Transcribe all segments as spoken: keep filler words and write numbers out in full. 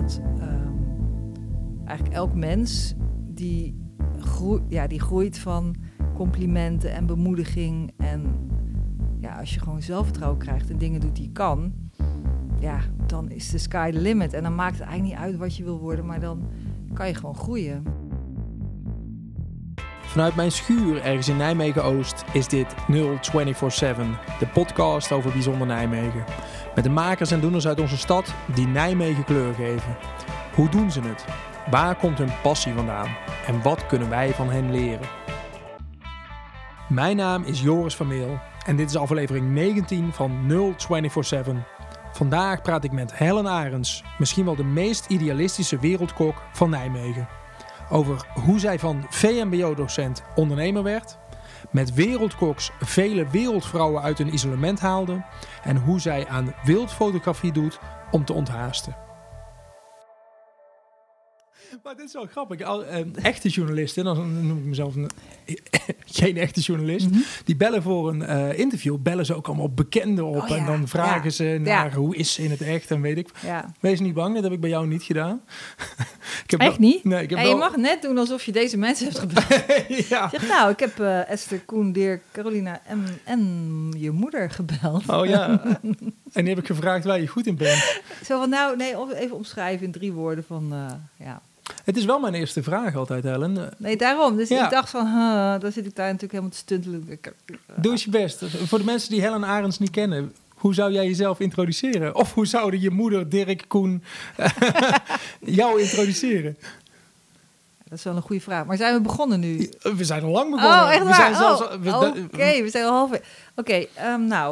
dat um, eigenlijk elk mens die, groe- ja, die groeit van complimenten en bemoediging. En ja, als je gewoon zelfvertrouwen krijgt en dingen doet die je kan, ja, dan is de sky the limit. En dan maakt het eigenlijk niet uit wat je wil worden, maar dan kan je gewoon groeien. Vanuit mijn schuur ergens in Nijmegen-Oost is dit nul vierentwintig zeven, de podcast over bijzonder Nijmegen. Met de makers en doeners uit onze stad die Nijmegen kleur geven. Hoe doen ze het? Waar komt hun passie vandaan? En wat kunnen wij van hen leren? Mijn naam is Joris van Meel en dit is aflevering negentien van nul vierentwintig zeven. Vandaag praat ik met Helen Arends, misschien wel de meest idealistische wereldkok van Nijmegen. Over hoe zij van V M B O-docent ondernemer werd, met wereldkoks vele wereldvrouwen uit hun isolement haalde en hoe zij aan wildfotografie doet om te onthaasten. Maar dit is wel grappig. Al, eh, echte journalisten, dan noem ik mezelf een, geen echte journalist, mm-hmm. die bellen voor een uh, interview, bellen ze ook allemaal bekenden op. Oh, ja. En dan vragen ja. ze naar ja. hoe is ze in het echt en weet ik. Ja. Wees niet bang, dat heb ik bij jou niet gedaan. ik heb echt wel, niet? Nee, ik heb ja, wel... Je mag net doen alsof je deze mensen hebt gebeld. ja. Zeg, nou, ik heb uh, Esther, Koen, Dirk, Carolina en, en je moeder gebeld. Oh ja. En die heb ik gevraagd waar je goed in bent. Zo van, nou, nee, even omschrijven in drie woorden van, uh, ja... Het is wel mijn eerste vraag altijd, Helen. Nee, daarom. Dus ja. ik dacht van, huh, dan zit ik daar natuurlijk helemaal te stuntelen. Doe eens je best. Voor de mensen die Helen Arends niet kennen, hoe zou jij jezelf introduceren? Of hoe zouden je moeder, Dirk, Koen jou introduceren? Dat is wel een goede vraag. Maar zijn we begonnen nu? We zijn al lang begonnen. Oh, echt waar? We zijn zelfs, oh, we, Oké, okay, we zijn al half. Oké, okay, um, nou...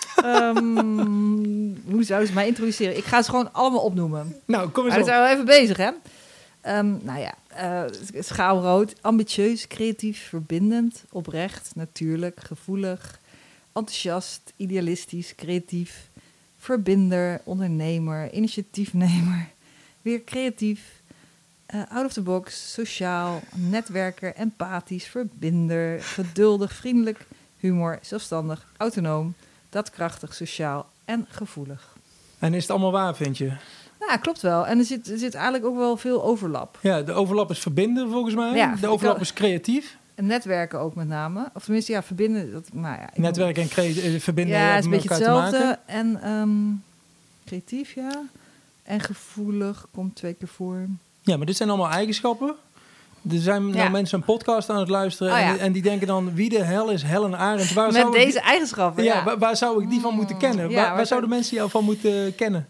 um, hoe zouden ze mij introduceren? Ik ga ze gewoon allemaal opnoemen. Nou, kom eens maar op. Dan zijn we even bezig, hè? Um, nou ja, uh, schaalrood, ambitieus, creatief, verbindend, oprecht, natuurlijk, gevoelig, enthousiast, idealistisch, creatief, verbinder, ondernemer, initiatiefnemer, weer creatief, uh, out of the box, sociaal, netwerker, empathisch, verbinder, geduldig, vriendelijk, humor, zelfstandig, autonoom, daadkrachtig, sociaal en gevoelig. En is het allemaal waar, vind je? Ja, klopt wel. En er zit, er zit eigenlijk ook wel veel overlap. Ja, de overlap is verbinden volgens mij. Ja, de overlap is creatief. En netwerken ook met name. Of tenminste, ja, verbinden. Dat, nou ja, netwerken en cre- verbinden ja, hebben met elkaar te maken. Ja, is een beetje hetzelfde. En um, creatief, ja. En gevoelig komt twee keer voor. Ja, maar dit zijn allemaal eigenschappen. Er zijn ja. nou mensen een podcast aan het luisteren. Oh, ja. en, en die denken dan, wie de hel is Helen Arends? Waar met zou deze ik, eigenschappen, ja. ja. Waar, waar zou ik die van moeten kennen? Ja, waar, waar, waar zouden mensen jou van moeten kennen?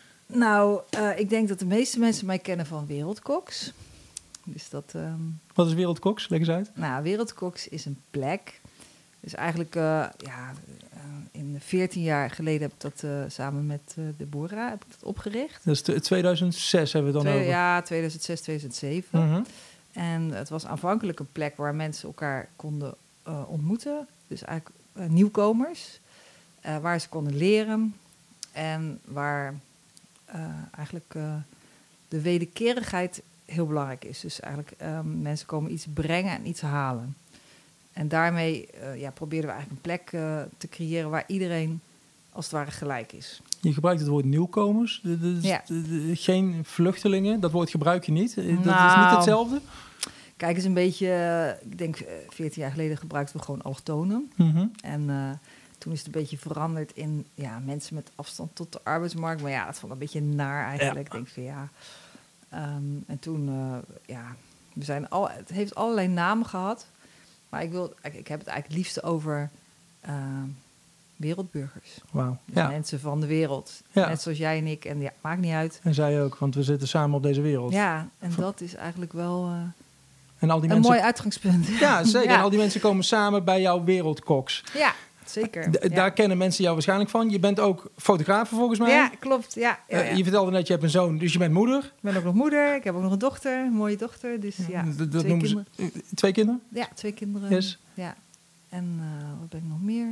Nou, uh, ik denk dat de meeste mensen mij kennen van Wereldkoks. Dus dat, um... Wat is Wereldkoks? Leg eens uit. Nou, Wereldkoks is een plek. Dus eigenlijk, uh, ja, uh, in veertien jaar geleden heb ik dat uh, samen met uh, Deborah heb ik dat opgericht. Dat is tweeduizend zes hebben we het dan Twee, over. Ja, tweeduizend zes, tweeduizend zeven. Mm-hmm. En het was aanvankelijk een plek waar mensen elkaar konden uh, ontmoeten. Dus eigenlijk uh, nieuwkomers. Uh, waar ze konden leren. En waar... Uh, eigenlijk uh, de wederkerigheid heel belangrijk is. Dus eigenlijk um, mensen komen iets brengen en iets halen. En daarmee uh, ja, proberen we eigenlijk een plek uh, te creëren waar iedereen als het ware gelijk is. Je gebruikt het woord nieuwkomers. De, de, ja. de, de, geen vluchtelingen. Dat woord gebruik je niet. Dat nou, is niet hetzelfde. Kijk eens een beetje... Uh, ik denk uh, veertien jaar geleden gebruikten we gewoon allochtonen. Mm-hmm. En... Uh, Toen is het een beetje veranderd in ja, mensen met afstand tot de arbeidsmarkt. Maar ja, dat vond ik een beetje naar eigenlijk. Ja. Ik denk van ja. Um, en toen, uh, ja, we zijn al, het heeft allerlei namen gehad. Maar ik, wil, ik, ik heb het eigenlijk het liefste over uh, wereldburgers. Wauw. Dus ja. mensen van de wereld. Ja. Net zoals jij en ik. En ja, maakt niet uit. En zij ook, want we zitten samen op deze wereld. Ja, en dat is eigenlijk wel... Uh, en al die een mensen... mooi uitgangspunt. Ja, zeker. Ja. En al die mensen komen samen bij jouw wereldkoks. Ja. Zeker. D- ja. Daar kennen mensen jou waarschijnlijk van. Je bent ook fotograaf volgens mij. Ja, klopt. Ja, ja, ja. Uh, je vertelde net, je hebt een zoon, dus je bent moeder. Ik ben ook nog moeder. Ik heb ook nog een dochter, een mooie dochter. Dus ja, dat, dat twee noemen kinderen. Ze, uh, twee kinderen? Ja, twee kinderen. Yes. Ja. En uh, wat ben ik nog meer?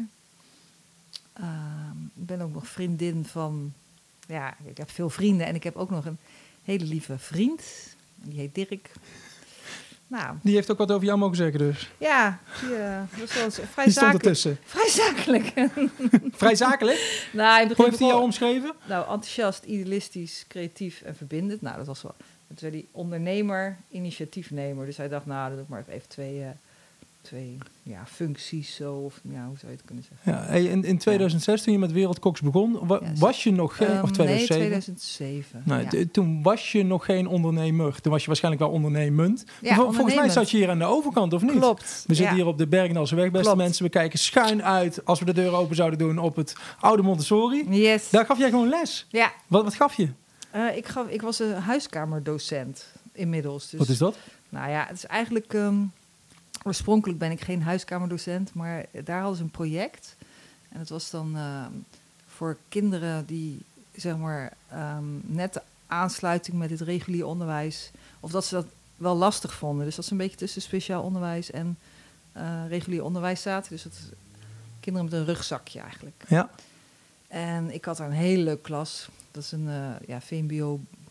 Uh, ik ben ook nog vriendin van... Ja, ik heb veel vrienden. En ik heb ook nog een hele lieve vriend. Die heet Dirk. nou... Die heeft ook wat over jou mogen zeggen dus. Ja, die, uh, was wel vrij die stond zakelijk. ertussen. Vrij zakelijk. Vrij zakelijk? Nou, Hoe heeft hij jou omschreven? Nou, enthousiast, idealistisch, creatief en verbindend. Nou, dat was wel... Toen zei hij ondernemer, initiatiefnemer. Dus hij dacht, nou, dat doe ik maar even twee... Uh, twee ja, functies zo, of ja, hoe zou je het kunnen zeggen? Ja, hey, in, in tweeduizend zes, toen je met Wereldkoks begon, wa- Ja, was je nog geen... Um, of tweeduizend zeven? Nee, tweeduizend zeven. Nou, ja. d- toen was je nog geen ondernemer. Toen was je waarschijnlijk wel ondernemend. Ja, Vol- volgens mij zat je hier aan de overkant, of niet? Klopt. We zitten ja. hier op de Bergendalse weg, beste Klopt. mensen. We kijken schuin uit, als we de deur open zouden doen, op het oude Montessori. Yes. Daar gaf jij gewoon les. Ja. Wat, wat gaf je? Uh, ik, gaf, ik was een huiskamerdocent inmiddels. Dus, Wat is dat? Nou ja, het is eigenlijk... Um, oorspronkelijk ben ik geen huiskamerdocent, maar daar hadden ze een project. En het was dan uh, voor kinderen die, zeg maar, um, net de aansluiting met het regulier onderwijs... of dat ze dat wel lastig vonden. Dus dat ze een beetje tussen speciaal onderwijs en uh, regulier onderwijs zaten. Dus dat is kinderen met een rugzakje eigenlijk. Ja. En ik had daar een hele leuke klas. Dat is een uh, ja, V M B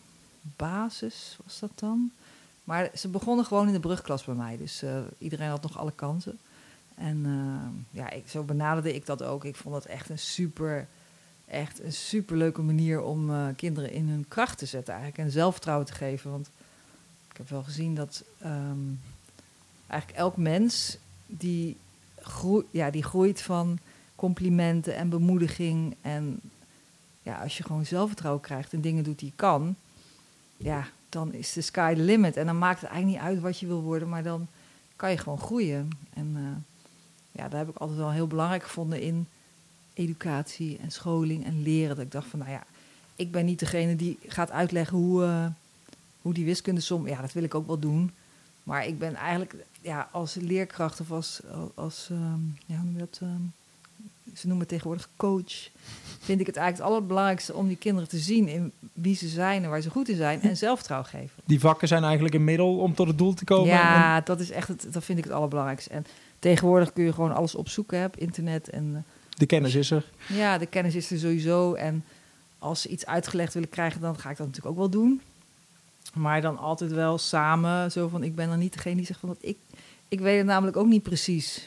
O-basis, was dat dan? Maar ze begonnen gewoon in de brugklas bij mij. Dus uh, iedereen had nog alle kansen. En uh, ja, ik, zo benaderde ik dat ook. Ik vond dat echt een super, echt een superleuke manier om uh, kinderen in hun kracht te zetten eigenlijk. En zelfvertrouwen te geven. Want ik heb wel gezien dat um, eigenlijk elk mens die, groe- ja, die groeit van complimenten en bemoediging. En ja, als je gewoon zelfvertrouwen krijgt en dingen doet die je kan, ja, dan is de sky the limit. En dan maakt het eigenlijk niet uit wat je wil worden, maar dan kan je gewoon groeien. En uh, ja, daar heb ik altijd wel heel belangrijk gevonden in educatie en scholing en leren. Dat ik dacht van, nou ja, ik ben niet degene die gaat uitleggen hoe, uh, hoe die wiskundesom... Ja, dat wil ik ook wel doen. Maar ik ben eigenlijk, ja, als leerkracht of als... als um, ja, hoe noem je dat? Um, ze noemen het tegenwoordig coach. Vind ik het eigenlijk het allerbelangrijkste om die kinderen te zien in wie ze zijn en waar ze goed in zijn en zelfvertrouwen geven. Die vakken zijn eigenlijk een middel om tot het doel te komen. Ja, en... dat is echt het, dat vind ik het allerbelangrijkste. En tegenwoordig kun je gewoon alles opzoeken hè, op internet. En, de kennis is er. Ja, de kennis is er sowieso. En als ze iets uitgelegd willen krijgen, dan ga ik dat natuurlijk ook wel doen. Maar dan altijd wel samen. Zo van, ik ben dan niet degene die zegt van dat ik... Ik weet het namelijk ook niet precies.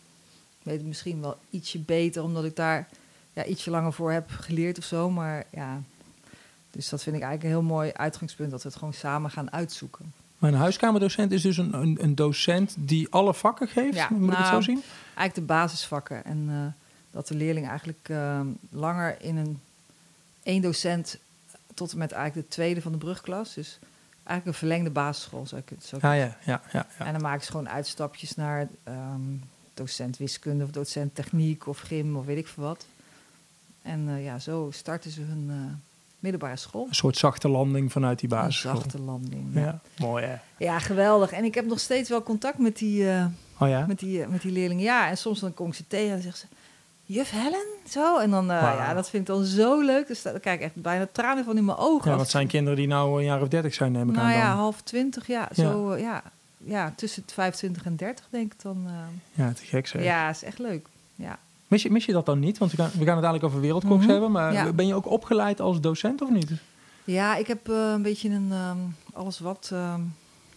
Ik weet het misschien wel ietsje beter, omdat ik daar ja, ietsje langer voor heb geleerd of zo. Maar ja, dus dat vind ik eigenlijk een heel mooi uitgangspunt, dat we het gewoon samen gaan uitzoeken. Maar een huiskamerdocent is dus een, een, een docent die alle vakken geeft? Ja, Moet ik nou, het zo zien? Eigenlijk de basisvakken. En uh, dat de leerling eigenlijk uh, langer in een één docent tot en met eigenlijk de tweede van de brugklas. Dus eigenlijk een verlengde basisschool, zou ik het zo ah, ja, ja, ja, ja. En dan maken ze gewoon uitstapjes naar um, docent wiskunde of docent techniek of gym of weet ik veel wat. En uh, ja, zo starten ze hun uh, middelbare school. Een soort zachte landing vanuit die basisschool. Een zachte landing, ja. ja. Mooi, hè? Ja, geweldig. En ik heb nog steeds wel contact met die, uh, oh, ja? met die, uh, met die leerlingen. Ja, en soms dan kom ik ze tegen en zeggen ze, juf Helen, zo. En dan, uh, wow. ja, dat vind ik dan zo leuk. Dus daar krijg ik echt bijna tranen van in mijn ogen. Ja, wat zijn kinderen die nou een jaar of dertig zijn, neem ik nou aan dan. ja, half twintig, ja. Zo, ja. Uh, ja. Ja, tussen het vijfentwintig en dertig denk ik dan. Uh, ja, te gek zeg. Ja, is echt leuk. Ja. Mis je, mis je dat dan niet? Want we gaan, we gaan het dadelijk over Wereldkoks mm-hmm. hebben. Maar ja. ben je ook opgeleid als docent of niet? Ja, ik heb uh, een beetje een um, alles wat... Um,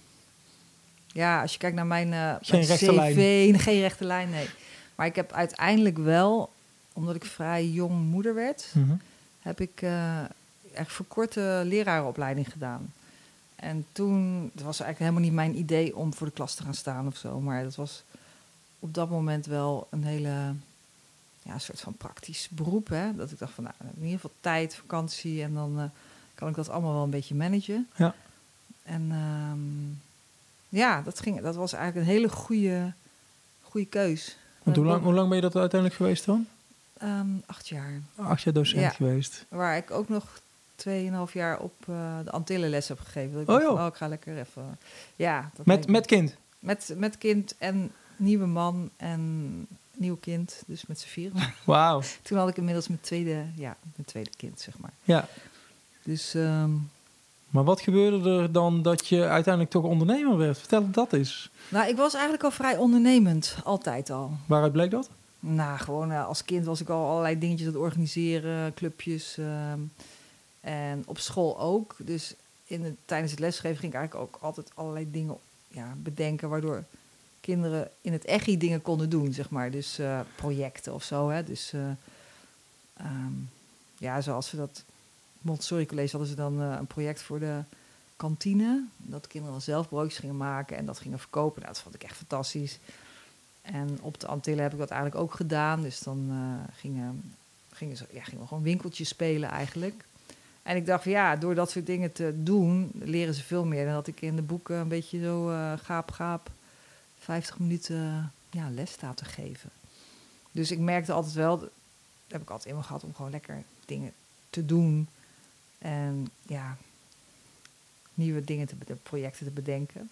ja, als je kijkt naar mijn, uh, geen mijn rechte C V... lijn. Geen rechte lijn, nee. Maar ik heb uiteindelijk wel, omdat ik vrij jong moeder werd... Mm-hmm. heb ik uh, echt voor korte lerarenopleiding gedaan. En toen, het was eigenlijk helemaal niet mijn idee om voor de klas te gaan staan of zo. Maar dat was op dat moment wel een hele, ja, soort van praktisch beroep. Hè? Dat ik dacht van, nou, in ieder geval tijd, vakantie en dan uh, kan ik dat allemaal wel een beetje managen. Ja. En um, ja, dat, ging, dat was eigenlijk een hele goede, goede keus. Want hoe lang, hoe lang ben je dat uiteindelijk geweest dan? Um, acht jaar. Acht jaar docent ja. geweest. Waar ik ook nog tweeënhalf jaar op uh, de Antillenles heb gegeven. Ik oh joh. Oh, ik ga lekker even... Ja, dat met, met kind? Met, met kind en nieuwe man en nieuw kind. Dus met z'n vieren. Wauw. Toen had ik inmiddels mijn tweede, ja, mijn tweede kind, zeg maar. Ja. Dus... Um, maar wat gebeurde er dan dat je uiteindelijk toch ondernemer werd? Vertel dat eens. Nou, ik was eigenlijk al vrij ondernemend. Altijd al. Waaruit bleek dat? Nou, gewoon uh, als kind was ik al allerlei dingetjes aan het organiseren. Clubjes... Uh, En op school ook. Dus in het, tijdens het lesgeven ging ik eigenlijk ook altijd allerlei dingen ja, bedenken... waardoor kinderen in het echi dingen konden doen, zeg maar. Dus uh, projecten of zo, hè. Dus uh, um, ja, zoals we dat... Montessori College hadden ze dan uh, een project voor de kantine. Dat kinderen dan zelf broodjes gingen maken en dat gingen verkopen. Nou, dat vond ik echt fantastisch. En op de Antillen heb ik dat eigenlijk ook gedaan. Dus dan uh, gingen, gingen, ze, ja, gingen we gewoon winkeltjes spelen eigenlijk. En ik dacht van ja, door dat soort dingen te doen... leren ze veel meer dan dat ik in de boeken een beetje zo uh, gaap, gaap... vijftig minuten uh, ja, les sta te geven. Dus ik merkte altijd wel... dat heb ik altijd in me gehad om gewoon lekker dingen te doen... En ja, nieuwe dingen, te de projecten te bedenken.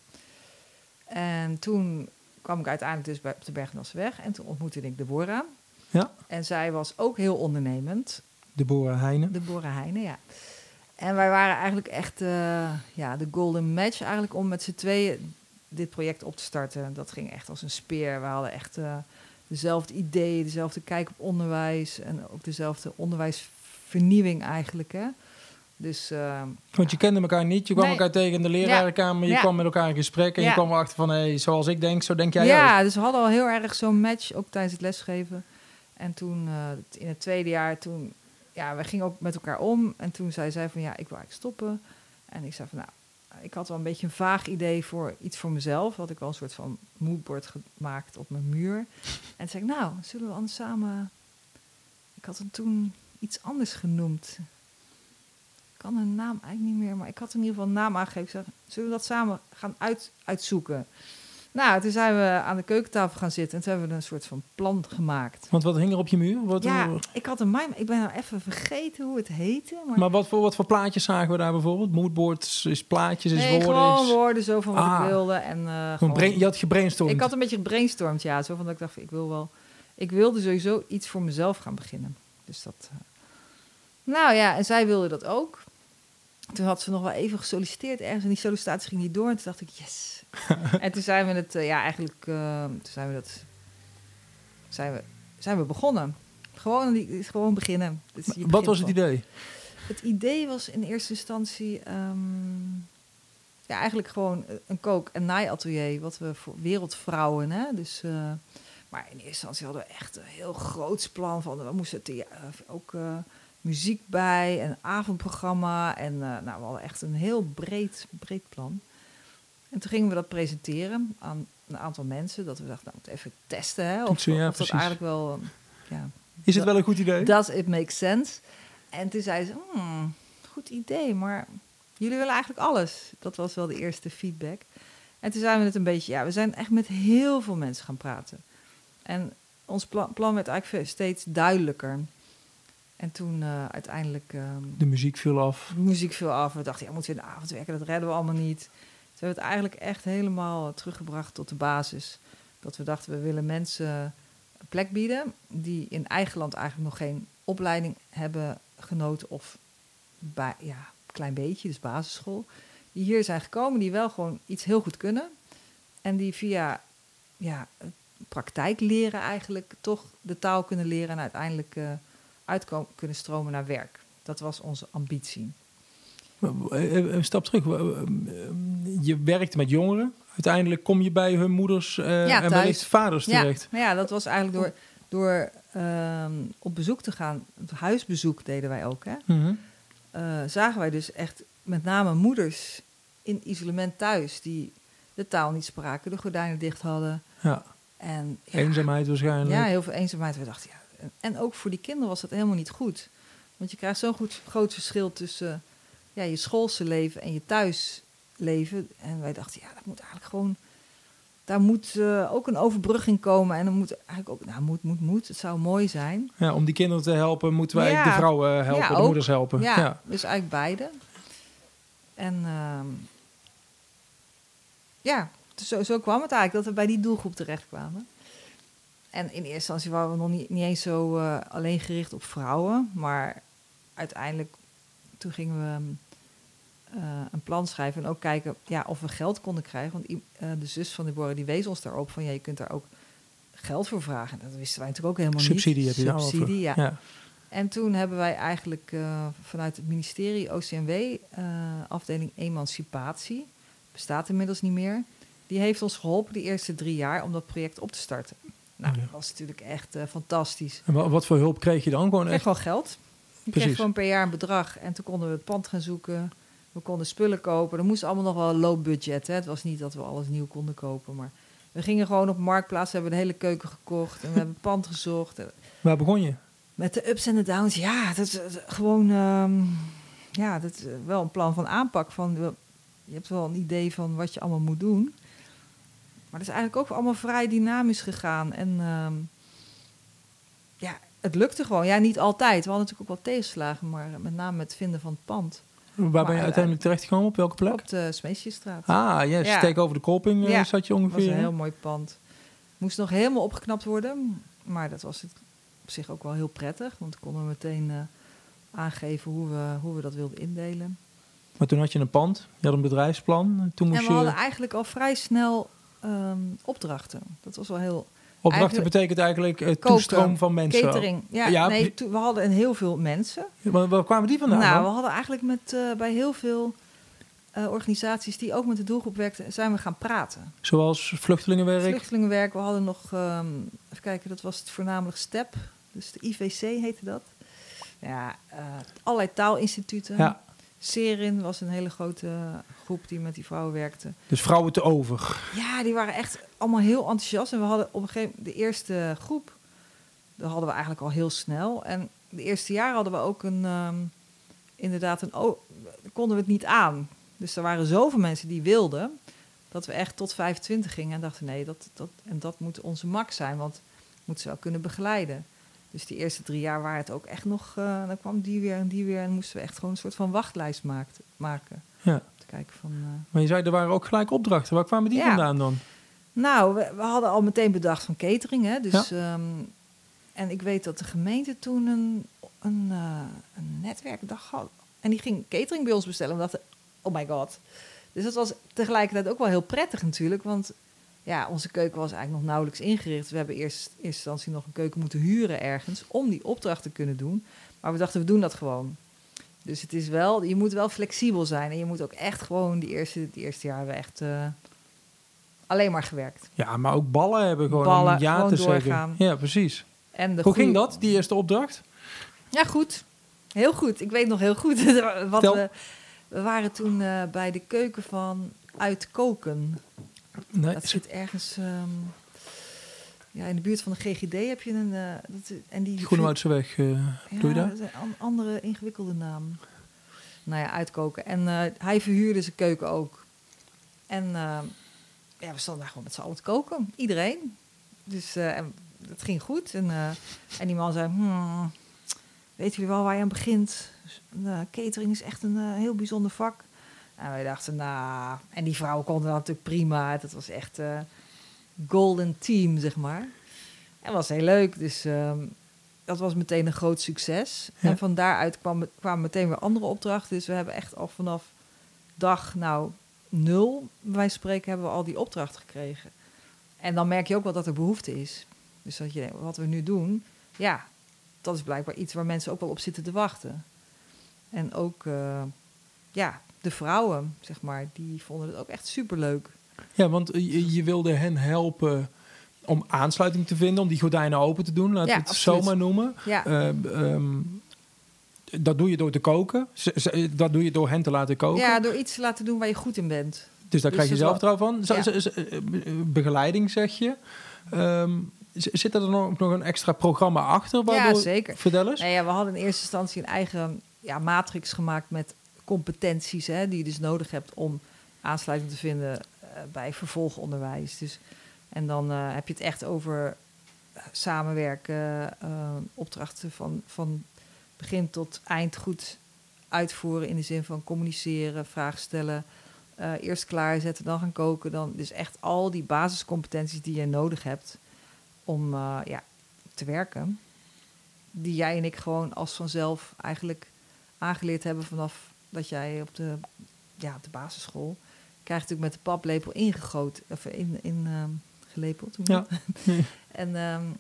En toen kwam ik uiteindelijk dus bij, op de Bergendalseweg. En toen ontmoette ik Deborah. Ja. En zij was ook heel ondernemend. Deborah Heijnen. Deborah Heijnen, ja. En wij waren eigenlijk echt uh, ja, de golden match eigenlijk om met z'n tweeën dit project op te starten. Dat ging echt als een speer. We hadden echt uh, dezelfde ideeën, dezelfde kijk op onderwijs. En ook dezelfde onderwijsvernieuwing eigenlijk, hè. Dus, uh, Want je kende elkaar niet, je kwam nee. elkaar tegen in de lerarenkamer, je ja. kwam met elkaar in gesprek en ja. je kwam erachter van, hé, hey, zoals ik denk, zo denk jij ja, ook. dus we hadden al heel erg zo'n match, ook tijdens het lesgeven. En toen, uh, in het tweede jaar, toen, ja, we gingen ook met elkaar om. En toen zei zij van, ja, ik wil eigenlijk stoppen. En ik zei van, nou, ik had wel een beetje een vaag idee voor iets voor mezelf. Had ik wel een soort van moodboard gemaakt op mijn muur. En toen zei ik, nou, zullen we anders samen... Ik had hem toen iets anders genoemd... Ik kan een naam eigenlijk niet meer, maar ik had in ieder geval een naam aangegeven. Ik zei, zullen we dat samen gaan uit, uitzoeken? Nou, toen zijn we aan de keukentafel gaan zitten en toen hebben we een soort van plan gemaakt. Want wat hing er op je muur? Wat ja, er... ik had een mind, ik ben nou even vergeten hoe het heette. Maar, maar wat, voor, wat voor plaatjes zagen we daar bijvoorbeeld? Moodboards, is plaatjes, is nee, woorden? gewoon is... woorden, zo van wat ah, ik wilde. En, uh, gewoon... brain, je had gebrainstormd? Ik had een beetje gebrainstormd, ja. Zo van dat ik dacht, ik wil wel... Ik wilde sowieso iets voor mezelf gaan beginnen. Dus dat... Uh... Nou ja, en zij wilde dat ook. Toen had ze nog wel even gesolliciteerd ergens en die sollicitatie ging niet door. En toen dacht ik, yes. En toen zijn we het, uh, ja, eigenlijk, uh, toen zijn we dat, zijn we, zijn we begonnen. Gewoon, die, gewoon beginnen. Dus je Wat was het van. idee? Het idee was in eerste instantie, um, ja, eigenlijk gewoon een kook- en naaiatelier. Wat we voor wereldvrouwen, hè. Dus, uh, maar in eerste instantie hadden we echt een heel groots plan van, we moesten thea- uh, ook... Uh, muziek bij, een avondprogramma. En uh, nou, we hadden echt een heel breed, breed plan. En toen gingen we dat presenteren aan een aantal mensen. Dat we dachten, nou, we moeten even testen. Hè, of, Toetsen, ja, of dat eigenlijk wel... Ja, is het wel een goed idee? Does it make sense? En toen zei ze, hmm, goed idee, maar jullie willen eigenlijk alles. Dat was wel de eerste feedback. En toen zijn we het een beetje... Ja, we zijn echt met heel veel mensen gaan praten. En ons plan, plan werd eigenlijk steeds duidelijker. En toen uh, uiteindelijk... Um, de muziek viel af. De muziek viel af. We dachten, ja, moeten we in de avond werken? Dat redden we allemaal niet. Toen hebben we het eigenlijk echt helemaal teruggebracht tot de basis. Dat we dachten, we willen mensen een plek bieden... die in eigen land eigenlijk nog geen opleiding hebben genoten... of bij, ja, een klein beetje, dus basisschool. Die hier zijn gekomen, die wel gewoon iets heel goed kunnen. En die via ja, praktijk leren eigenlijk toch de taal kunnen leren... en uiteindelijk... Uh, uit kunnen stromen naar werk. Dat was onze ambitie. Een stap terug. Je werkte met jongeren. Uiteindelijk kom je bij hun moeders uh, ja, en wellicht vaders terecht. Ja, ja, dat was eigenlijk door, door um, op bezoek te gaan. Het huisbezoek deden wij ook. Hè? Mm-hmm. Uh, zagen wij dus echt met name moeders in isolement thuis... die de taal niet spraken, de gordijnen dicht hadden. Ja. En, ja, eenzaamheid waarschijnlijk. Ja, heel veel eenzaamheid. We dachten, ja, en ook voor die kinderen was dat helemaal niet goed. Want je krijgt zo'n goed, groot verschil tussen ja, je schoolse leven en je thuisleven. En wij dachten, ja, dat moet eigenlijk gewoon... Daar moet uh, ook een overbrugging komen. En dan moet eigenlijk ook... Nou, moet, moet, moet. Het zou mooi zijn. Ja, om die kinderen te helpen, moeten wij ja. de vrouwen helpen, ja, de moeders helpen. Ja, ja, dus eigenlijk beide. En uh, ja, dus zo, zo kwam het eigenlijk dat we bij die doelgroep terechtkwamen. En in eerste instantie waren we nog niet, niet eens zo uh, alleen gericht op vrouwen. Maar uiteindelijk, toen gingen we uh, een plan schrijven... en ook kijken ja, of we geld konden krijgen. Want uh, de zus van Deborah die wees ons daarop van... ja, je kunt daar ook geld voor vragen. Dat wisten wij natuurlijk ook helemaal Subsidie niet. Subsidie heb je Subsidie, daarover. ja. ja. En toen hebben wij eigenlijk uh, vanuit het ministerie O C M W... Uh, afdeling Emancipatie, bestaat inmiddels niet meer... die heeft ons geholpen de eerste drie jaar om dat project op te starten. Nou, Ja. dat was natuurlijk echt uh, fantastisch. En wa- wat voor hulp kreeg je dan? Gewoon Ik echt? kreeg gewoon geld. Ik kreeg gewoon per jaar een bedrag. En toen konden we het pand gaan zoeken. We konden spullen kopen. Dat moest allemaal nog wel low budget. Hè. Het was niet dat we alles nieuw konden kopen. Maar we gingen gewoon op Marktplaats. We hebben een hele keuken gekocht. En we hebben pand gezocht. Waar begon je? Met de ups en de downs. Ja, dat is uh, gewoon... Um, ja, dat is uh, wel een plan van aanpak. Van, uh, je hebt wel een idee van wat je allemaal moet doen. Maar het is eigenlijk ook allemaal vrij dynamisch gegaan. En um, ja, het lukte gewoon. Ja, niet altijd. We hadden natuurlijk ook wel tegenslagen. Maar met name het vinden van het pand. Waar maar ben je uiteindelijk terechtgekomen? Op welke plek? Op de Smeesjestraat. Ah, yes. Ja. Tegenover de Kolping uh, Ja. zat je Dat ongeveer. was een hè? heel mooi pand. Moest nog helemaal opgeknapt worden. Maar dat was het op zich ook wel heel prettig. Want we konden meteen uh, aangeven hoe we, hoe we dat wilden indelen. Maar toen had je een pand. Je had een bedrijfsplan. Toen moest En we je... hadden eigenlijk al vrij snel um, opdrachten. Dat was wel heel... Opdrachten eigenlijk- betekent eigenlijk uh, Koken, toestroom van mensen. Catering. Ja, Ja, nee, pre- to- we hadden een heel veel mensen. Ja, maar waar kwamen die vandaan nou, dan? we hadden eigenlijk met, uh, bij heel veel uh, organisaties die ook met de doelgroep werkten, zijn we gaan praten. Zoals vluchtelingenwerk? Vluchtelingenwerk, we hadden nog, um, even kijken, dat was het voornamelijk STEP. Dus de I V C heette dat. Ja, uh, allerlei taalinstituten. Ja, Serin was een hele grote groep die met die vrouwen werkte. dus vrouwen te over. Ja, die waren echt allemaal heel enthousiast. En we hadden op een gegeven moment de eerste groep, dat hadden we eigenlijk al heel snel. En de eerste jaar hadden we ook een, um, inderdaad een, oh, konden we het niet aan. Dus er waren zoveel mensen die wilden, dat we echt tot vijfentwintig gingen. En dachten, nee, dat, dat, en dat moet onze max zijn, want we moeten ze wel kunnen begeleiden. Dus die eerste drie jaar waren het ook echt nog, uh, dan kwam die weer en die weer. En moesten we echt gewoon een soort van wachtlijst maakt, maken. Ja. Te kijken van... Uh, Maar je zei, er waren ook gelijk opdrachten. Waar kwamen die Ja. vandaan dan? Nou, we, we hadden al meteen bedacht van catering. Hè? Dus, ja. um, en ik weet dat de gemeente toen een, een, uh, een netwerkdag had. En die ging catering bij ons bestellen. En we dachten, oh my god. Dus dat was tegelijkertijd ook wel heel prettig natuurlijk. Want ja, onze keuken was eigenlijk nog nauwelijks ingericht. We hebben eerst in eerste instantie nog een keuken moeten huren ergens om die opdracht te kunnen doen. Maar we dachten, we doen dat gewoon. Dus het is wel, je moet wel flexibel zijn. En je moet ook echt gewoon, die eerste, die eerste jaar hebben we echt... Uh, alleen maar gewerkt. Ja, maar ook ballen hebben gewoon ballen, om ja gewoon te doorgaan. zeggen. Ja, precies. En de Hoe goeie... ging dat, die eerste opdracht? Ja, goed. Heel goed. Ik weet nog heel goed. Wat we, we waren toen uh, bij de keuken van Uitkoken. Nee, dat zit ergens... Um, ja, in de buurt van de G G D heb je een... Uh, dat, en die Groenewoudseweg, uh, ja, doe je dat? Dat is een andere ingewikkelde naam. Nou ja, Uitkoken. En uh, hij verhuurde zijn keuken ook. En... Uh, Ja, we stonden daar gewoon met z'n allen te koken. Iedereen. Dus uh, en het ging goed. En, uh, en die man zei... Hmm, weet jullie wel waar je aan begint? Dus, uh, catering is echt een uh, heel bijzonder vak. En wij dachten, nou... En die vrouwen konden dat natuurlijk prima. Dat was echt uh, golden team, zeg maar. En dat was heel leuk. Dus um, dat was meteen een groot succes. Ja. En van daaruit kwam, kwamen meteen weer andere opdrachten. Dus we hebben echt al vanaf dag... nou nul, bij wijze van spreken, hebben we al die opdrachten gekregen. En dan merk je ook wel dat er behoefte is. Dus dat je, wat we nu doen, ja, dat is blijkbaar iets waar mensen ook wel op zitten te wachten. En ook, uh, ja, de vrouwen, zeg maar, die vonden het ook echt superleuk. Ja, want je, je wilde hen helpen om aansluiting te vinden, om die gordijnen open te doen, laten ja, we het absoluut. zo maar noemen. Ja. Uh, um, Dat doe je door te koken. Dat doe je door hen te laten koken. Ja, door iets te laten doen waar je goed in bent. Dus daar dus krijg je zelfvertrouwen van. Ja. Z- z- begeleiding, zeg je. Um, zit er dan ook nog een extra programma achter? Ja, zeker. Vertel eens. Nou ja, we hadden in eerste instantie een eigen ja, matrix gemaakt met competenties... Hè, die je dus nodig hebt om aansluiting te vinden uh, bij vervolgonderwijs. Dus, en dan uh, heb je het echt over samenwerken, uh, opdrachten van... van begin tot eind goed uitvoeren in de zin van communiceren, vragen stellen, uh, eerst klaarzetten, dan gaan koken. Dan dus echt al die basiscompetenties die je nodig hebt om uh, ja, te werken, die jij en ik gewoon als vanzelf eigenlijk aangeleerd hebben vanaf dat jij op de, ja, op de basisschool krijg je natuurlijk met de paplepel ingegoten, of in, in uh, gelepeld. Ja. en um,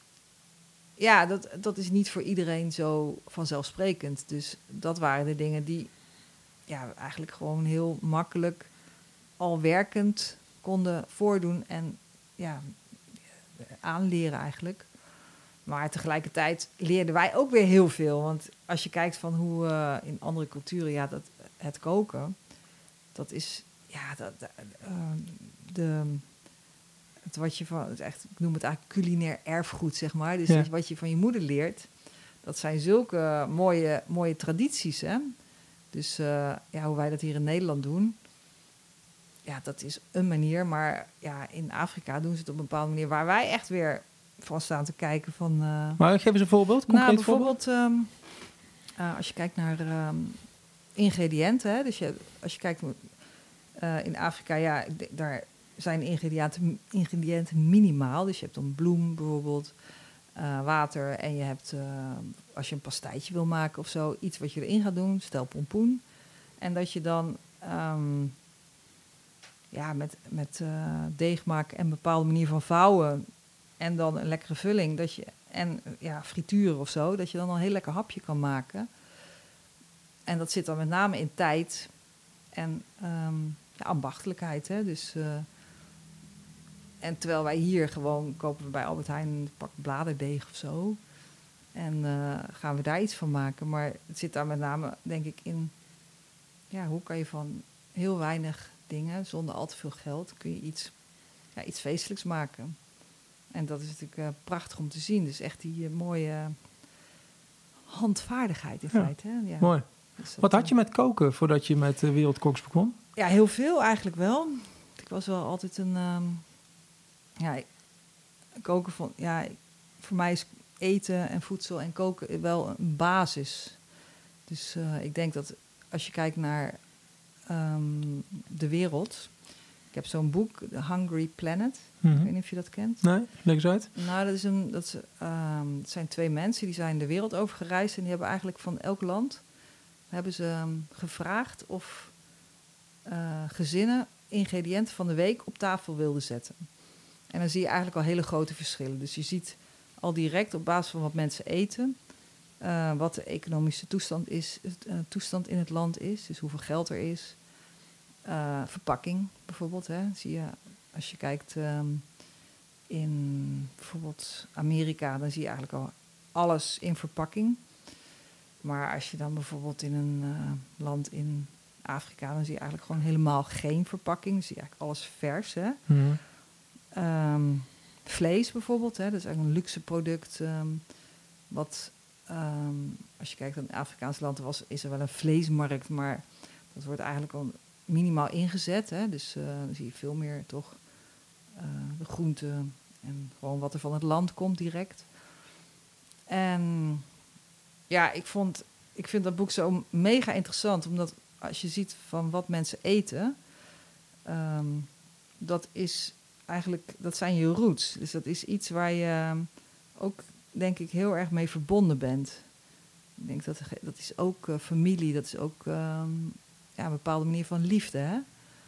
Ja, dat, dat is niet voor iedereen zo vanzelfsprekend. Dus dat waren de dingen die ja, eigenlijk gewoon heel makkelijk al werkend konden voordoen en ja, aanleren eigenlijk. Maar tegelijkertijd leerden wij ook weer heel veel. Want als je kijkt van hoe uh, in andere culturen, ja, dat, het koken, dat is, ja, dat, uh, de, het wat je van, het echt, ik noem het eigenlijk culinair erfgoed, zeg maar. Dus ja. wat je van je moeder leert, dat zijn zulke mooie, mooie tradities, hè. Dus uh, ja, hoe wij dat hier in Nederland doen, ja, dat is een manier. Maar ja, in Afrika doen ze het op een bepaalde manier waar wij echt weer van staan te kijken van... Uh, maar geef eens een voorbeeld, concreet nou, bijvoorbeeld, voorbeeld. Um, uh, als je kijkt naar um, ingrediënten, hè, dus je, als je kijkt uh, in Afrika, ja, d- daar zijn ingrediënten, ingrediënten minimaal. Dus je hebt dan bloem bijvoorbeeld, uh, water en je hebt, uh, als je een pastijtje wil maken of zo, iets wat je erin gaat doen, stel pompoen. En dat je dan um, ja, met, met uh, deeg maken en een bepaalde manier van vouwen en dan een lekkere vulling, dat je en ja, frituren of zo, dat je dan een heel lekker hapje kan maken. En dat zit dan met name in tijd en um, ja, ambachtelijkheid. Hè? Dus, uh, en terwijl wij hier gewoon kopen we bij Albert Heijn een pak bladerdeeg of zo. En uh, gaan we daar iets van maken. Maar het zit daar met name, denk ik, in... Ja, hoe kan je van heel weinig dingen, zonder al te veel geld, kun je iets, ja, iets feestelijks maken. En dat is natuurlijk uh, prachtig om te zien. Dus echt die uh, mooie handvaardigheid in ja, feite. Hè? Ja. Mooi. Dus dat, wat had je met koken voordat je met uh, Wereldkoks begon? Ja, heel veel eigenlijk wel. Ik was wel altijd een... Um, ja, koken van... Ja, voor mij is eten en voedsel en koken wel een basis. Dus uh, ik denk dat als je kijkt naar um, de wereld... Ik heb zo'n boek, The Hungry Planet. Mm-hmm. Ik weet niet of je dat kent. Nee, leg eens uit. Nou, dat, is een, dat, is, um, dat zijn twee mensen die zijn de wereld over gereisd... en die hebben eigenlijk van elk land... hebben ze um, gevraagd of uh, gezinnen ingrediënten van de week op tafel wilden zetten. En dan zie je eigenlijk al hele grote verschillen. Dus je ziet al direct op basis van wat mensen eten... Uh, wat de economische toestand, is, uh, toestand in het land is. Dus hoeveel geld er is... Uh, verpakking bijvoorbeeld, hè, zie je als je kijkt um, in bijvoorbeeld Amerika, dan zie je eigenlijk al alles in verpakking. Maar als je dan bijvoorbeeld in een uh, land in Afrika, dan zie je eigenlijk gewoon helemaal geen verpakking. Dan zie je eigenlijk alles vers. Hè. Mm. Um, vlees bijvoorbeeld, hè, dat is eigenlijk een luxe product. Um, wat um, als je kijkt naar het Afrikaanse land, was, is er wel een vleesmarkt, maar dat wordt eigenlijk al minimaal ingezet. Hè? Dus uh, dan zie je veel meer toch uh, de groenten en gewoon wat er van het land komt direct. En ja, ik vond, ik vind dat boek zo mega interessant, omdat als je ziet van wat mensen eten, um, dat is eigenlijk, dat zijn je roots. Dus dat is iets waar je um, ook, denk ik, heel erg mee verbonden bent. Ik denk dat dat is ook uh, familie, dat is ook um, ja, een bepaalde manier van liefde, hè?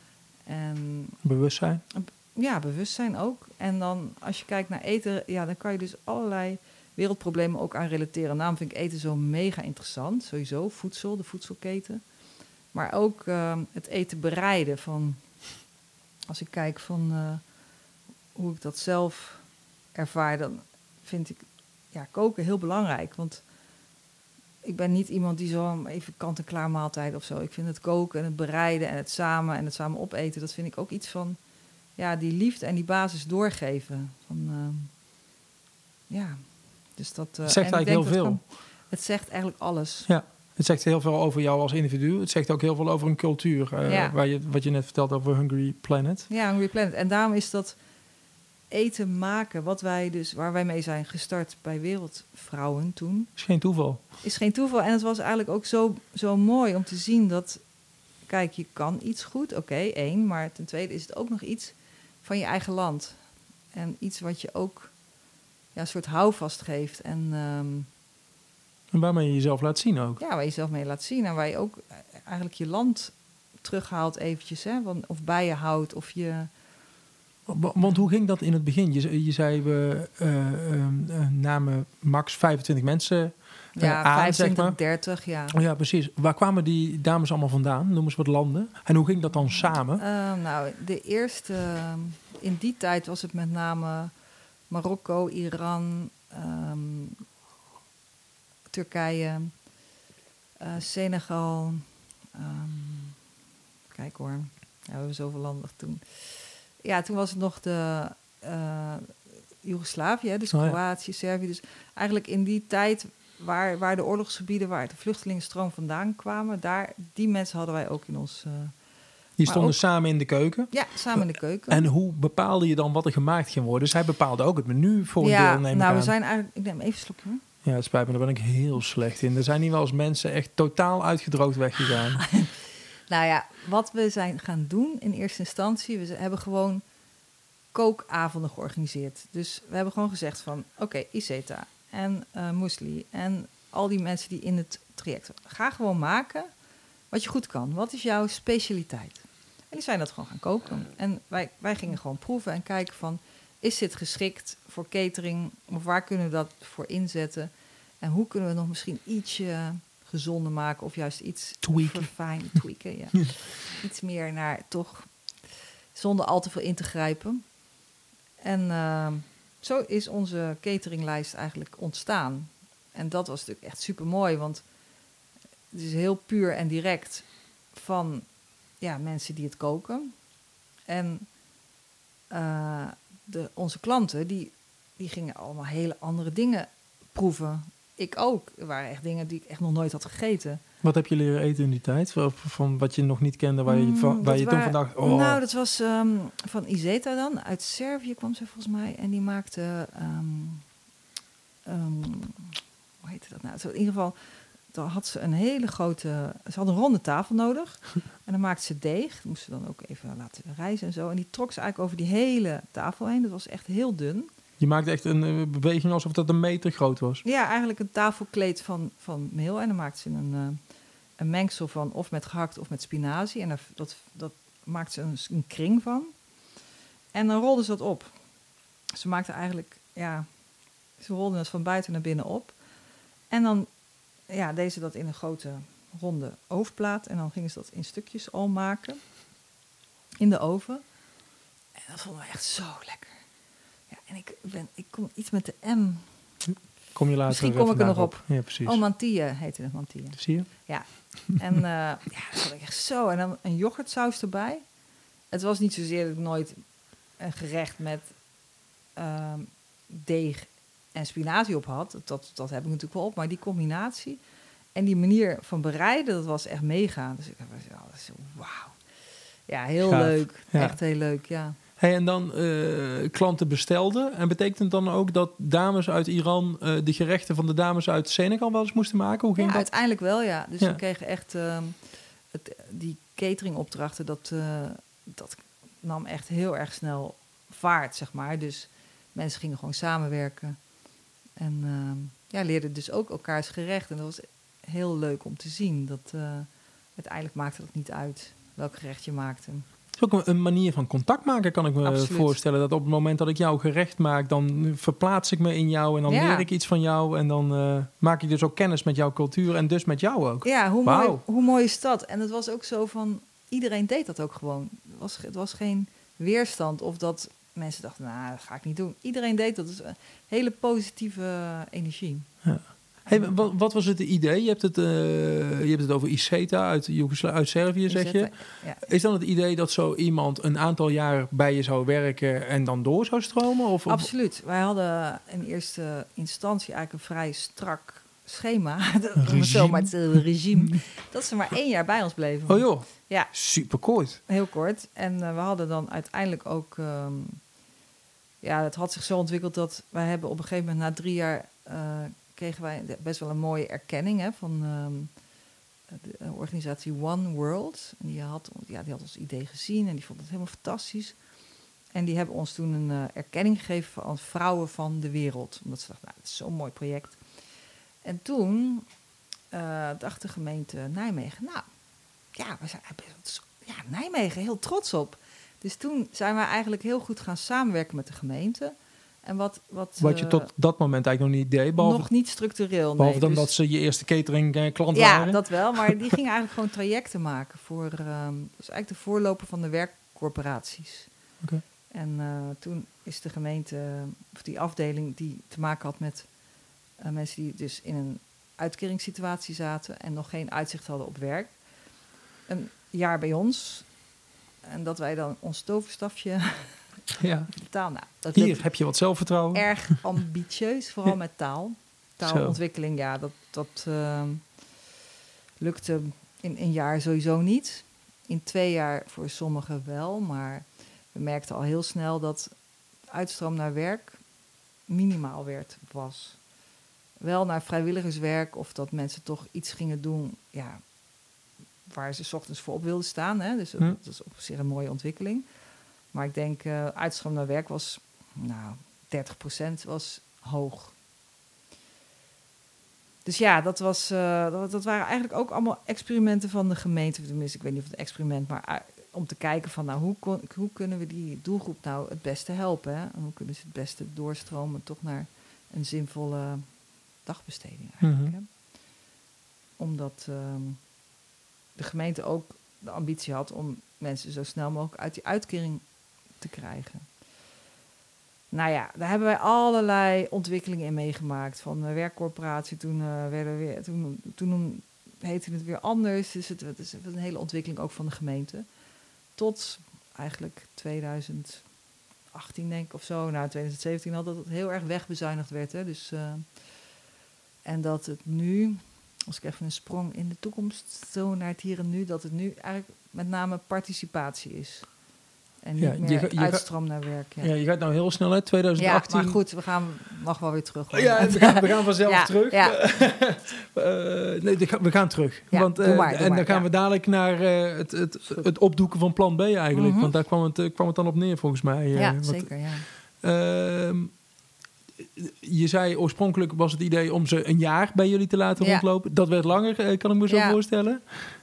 En bewustzijn. Ja, bewustzijn ook. En dan als je kijkt naar eten, ja, dan kan je dus allerlei wereldproblemen ook aan relateren. Daarom vind ik eten zo mega interessant. Sowieso voedsel, de voedselketen. Maar ook uh, het eten bereiden. Van, als ik kijk van uh, hoe ik dat zelf ervaar, dan vind ik ja, koken heel belangrijk. Want ik ben niet iemand die zo even kant-en-klaar maaltijd of zo. Ik vind het koken en het bereiden en het samen en het samen opeten, dat vind ik ook iets van ja, die liefde en die basis doorgeven. Van, uh, ja, dus dat... Uh, het zegt eigenlijk heel veel. Kan, het zegt eigenlijk alles. Ja, het zegt heel veel over jou als individu. Het zegt ook heel veel over een cultuur. Uh, ja. waar je, wat je net vertelt over Hungry Planet. Ja, Hungry Planet. En daarom is dat eten maken, wat wij dus, waar wij mee zijn gestart bij Wereldvrouwen toen. Is geen toeval. Is geen toeval. En het was eigenlijk ook zo, zo mooi om te zien dat, kijk, je kan iets goed, oké, okay, één. Maar ten tweede is het ook nog iets van je eigen land. En iets wat je ook ja, een soort houvast geeft. En, um, en waarmee je jezelf laat zien ook. Ja, waar je jezelf mee laat zien. En waar je ook eigenlijk je land terughaalt eventjes. Hè, of bij je houdt, of je... Want hoe ging dat in het begin? Je, je zei, we uh, uh, namen max vijfentwintig mensen uh, ja, aan, vijfentwintig, zeg maar. dertig, ja. Oh, ja, precies. Waar kwamen die dames allemaal vandaan? Noem eens wat landen. En hoe ging dat dan samen? Uh, nou, de eerste... In die tijd was het met name Marokko, Iran, um, Turkije, uh, Senegal. Um, kijk hoor, ja, we hebben zoveel landen toen. Ja, toen was het nog de uh, Joegoslavië, dus oh, Kroatië, ja. Servië. Dus eigenlijk in die tijd waar, waar de oorlogsgebieden, waar de vluchtelingenstroom vandaan kwamen, daar, die mensen hadden wij ook in ons... Uh, Die stonden ook samen in de keuken? Ja, samen in de keuken. En hoe bepaalde je dan wat er gemaakt ging worden? Zij bepaalde ook het menu voor een ja, deel, neem ik nou, aan. we zijn eigenlijk... Ik neem even een slokje, hoor. Ja, het spijt me, daar ben ik heel slecht in. Er zijn hier wel eens mensen echt totaal uitgedroogd weggegaan. Nou ja, wat we zijn gaan doen in eerste instantie... we hebben gewoon kookavonden georganiseerd. Dus we hebben gewoon gezegd van... oké, okay, Iseta en uh, Moesli en al die mensen die in het traject... ga gewoon maken wat je goed kan. Wat is jouw specialiteit? En die zijn dat gewoon gaan koken. En wij, wij gingen gewoon proeven en kijken van... is dit geschikt voor catering? Of waar kunnen we dat voor inzetten? En hoe kunnen we nog misschien ietsje gezonder maken... of juist iets tweaken. verfijnen, tweaken, ja. Iets meer naar toch... zonder al te veel in te grijpen. En uh, zo is onze cateringlijst eigenlijk ontstaan. En dat was natuurlijk echt super mooi... want het is heel puur en direct van... ja, mensen die het koken. En uh, de, onze klanten, die, die gingen allemaal hele andere dingen proeven. Ik ook. Er waren echt dingen die ik echt nog nooit had gegeten. Wat heb je leren eten in die tijd? Van, van wat je nog niet kende, waar je, van, waar je waren, toen van dacht... Oh. Nou, dat was um, van Iseta dan. Uit Servië kwam ze volgens mij. En die maakte... Um, um, hoe heette dat nou? Zo, in ieder geval... Dan had ze een hele grote... Ze had een ronde tafel nodig. En dan maakte ze deeg. Dat moest ze dan ook even laten rijzen en zo. En die trok ze eigenlijk over die hele tafel heen. Dat was echt heel dun. Je maakte echt een uh, beweging alsof dat een meter groot was. Ja, eigenlijk een tafelkleed van, van meel. En dan maakte ze een, uh, een mengsel van of met gehakt of met spinazie. En dat, dat maakte ze een, een kring van. En dan rolde ze dat op. Ze maakte eigenlijk... Ja, ze rolde het van buiten naar binnen op. En dan... Ja, deed ze dat in een grote ronde ovenplaat. En dan gingen ze dat in stukjes al maken. In de oven. En dat vonden we echt zo lekker. Ja, en ik, ben, ik kom iets met de M. Kom je later Misschien kom ik er nog op. op. Ja, precies. Oh, mantille heette het, mantille. Zie je? Ja. En uh, ja, dat vond ik echt zo. En dan een yoghurtsaus erbij. Het was niet zozeer dat ik nooit een gerecht met uh, deeg en spinazie op had. Dat, dat heb ik natuurlijk wel op. Maar die combinatie en die manier van bereiden, dat was echt mega. Dus ik was oh, zo, wauw. Ja, heel Gaaf. leuk. Ja. Echt heel leuk, ja. Hey, en dan uh, klanten bestelden. En betekent het dan ook dat dames uit Iran uh, de gerechten van de dames uit Senegal wel eens moesten maken? Hoe ging ja, dat? Uiteindelijk wel, ja. Dus ja. we kregen echt uh, het, die cateringopdrachten, dat, uh, dat nam echt heel erg snel vaart, zeg maar. Dus mensen gingen gewoon samenwerken. En uh, ja, leerden dus ook elkaars gerecht. En dat was heel leuk om te zien. Dat uh, uiteindelijk maakte dat niet uit welk gerecht je maakte. Het is ook een manier van contact maken, kan ik me Absoluut. voorstellen. Dat op het moment dat ik jouw gerecht maak, dan verplaats ik me in jou en dan ja. leer ik iets van jou. En dan uh, maak ik dus ook kennis met jouw cultuur en dus met jou ook. Ja, hoe, wow. mooi, hoe mooi is dat? En het was ook zo van, iedereen deed dat ook gewoon. Het was, het was geen weerstand of dat mensen dachten, nou, dat ga ik niet doen. Iedereen deed dat. Dus een hele positieve energie. Ja. Hey, wat, wat was het idee? Je hebt het, uh, je hebt het over Iseta uit, uit Servië, zeg je. Ja. Is dan het idee dat zo iemand een aantal jaar bij je zou werken en dan door zou stromen? Of, Absoluut. Wij hadden in eerste instantie eigenlijk een vrij strak schema. Een regime. Zo, maar het uh, regime. Dat ze maar één jaar bij ons bleven. Oh joh, ja. Super kort. Heel kort. En uh, we hadden dan uiteindelijk ook... Um, ja, het had zich zo ontwikkeld dat wij hebben op een gegeven moment na drie jaar... Uh, kregen wij best wel een mooie erkenning hè, van um, de organisatie One World. En die had, ja, die had ons idee gezien en die vond het helemaal fantastisch. En die hebben ons toen een uh, erkenning gegeven als vrouwen van de wereld. Omdat ze dachten, nou, dat is zo'n mooi project. En toen uh, dacht de gemeente Nijmegen, nou, ja, we zijn ja, Nijmegen heel trots op. Dus toen zijn we eigenlijk heel goed gaan samenwerken met de gemeente. En wat, wat, Wat je uh, tot dat moment eigenlijk nog niet deed. Behalve, nog niet structureel, Behalve nee. dan dus, dat ze je eerste catering uh, klant ja, waren. Ja, dat wel. Maar die gingen eigenlijk gewoon trajecten maken. Voor, um, dat is eigenlijk de voorloper van de werkcorporaties. Okay. En uh, toen is de gemeente, of die afdeling die te maken had met uh, mensen die dus in een uitkeringssituatie zaten en nog geen uitzicht hadden op werk. Een jaar bij ons. En dat wij dan ons toverstafje ja. taal. Nou, dat Hier heb je wat zelfvertrouwen. Erg ambitieus, vooral met taal. Taalontwikkeling, ja, dat, dat uh, lukte in een jaar sowieso niet. In twee jaar voor sommigen wel, maar we merkten al heel snel dat uitstroom naar werk minimaal werd, was. Wel naar vrijwilligerswerk of dat mensen toch iets gingen doen, ja, waar ze 's ochtends voor op wilden staan. Hè? Dus hm. dat is op zich een mooie ontwikkeling. Maar ik denk, uh, uitstroom naar werk was, nou, dertig procent was hoog. Dus ja, dat, was, uh, dat, dat waren eigenlijk ook allemaal experimenten van de gemeente. Tenminste, ik weet niet of het een experiment, maar uh, om te kijken van, nou, hoe, kon, hoe kunnen we die doelgroep nou het beste helpen? Hè? En hoe kunnen ze het beste doorstromen toch naar een zinvolle dagbesteding eigenlijk. Mm-hmm. Hè? Omdat uh, de gemeente ook de ambitie had om mensen zo snel mogelijk uit die uitkering te krijgen. Nou ja, daar hebben wij allerlei ontwikkelingen in meegemaakt. Van de werkcorporatie, toen, uh, werden we weer, toen, toen heette het weer anders. Dus het, het is een hele ontwikkeling ook van de gemeente. Tot eigenlijk twintig achttien, denk ik, of zo. Nou, twintig zeventien al, dat het heel erg wegbezuinigd werd. Hè. Dus, uh, en dat het nu, als ik even een sprong in de toekomst zo naar het hier en nu, dat het nu eigenlijk met name participatie is. En niet ja, meer je, je uitstroom ga, naar werk. Ja. ja, je gaat nou heel snel, hè? twintig achttien. Ja, maar goed, we gaan mag wel weer terug. Hoor. Ja, we gaan, we gaan vanzelf ja, terug. Ja. uh, nee, we gaan terug. Ja, Want, uh, doe maar, doe en dan maar, gaan ja. we dadelijk naar uh, het, het, het opdoeken van plan B eigenlijk. Mm-hmm. Want daar kwam het, uh, kwam het dan op neer, volgens mij. Uh, ja, wat, zeker, ja. Uh, je zei oorspronkelijk was het idee om ze een jaar bij jullie te laten ja. rondlopen. Dat werd langer, uh, kan ik me zo ja. voorstellen.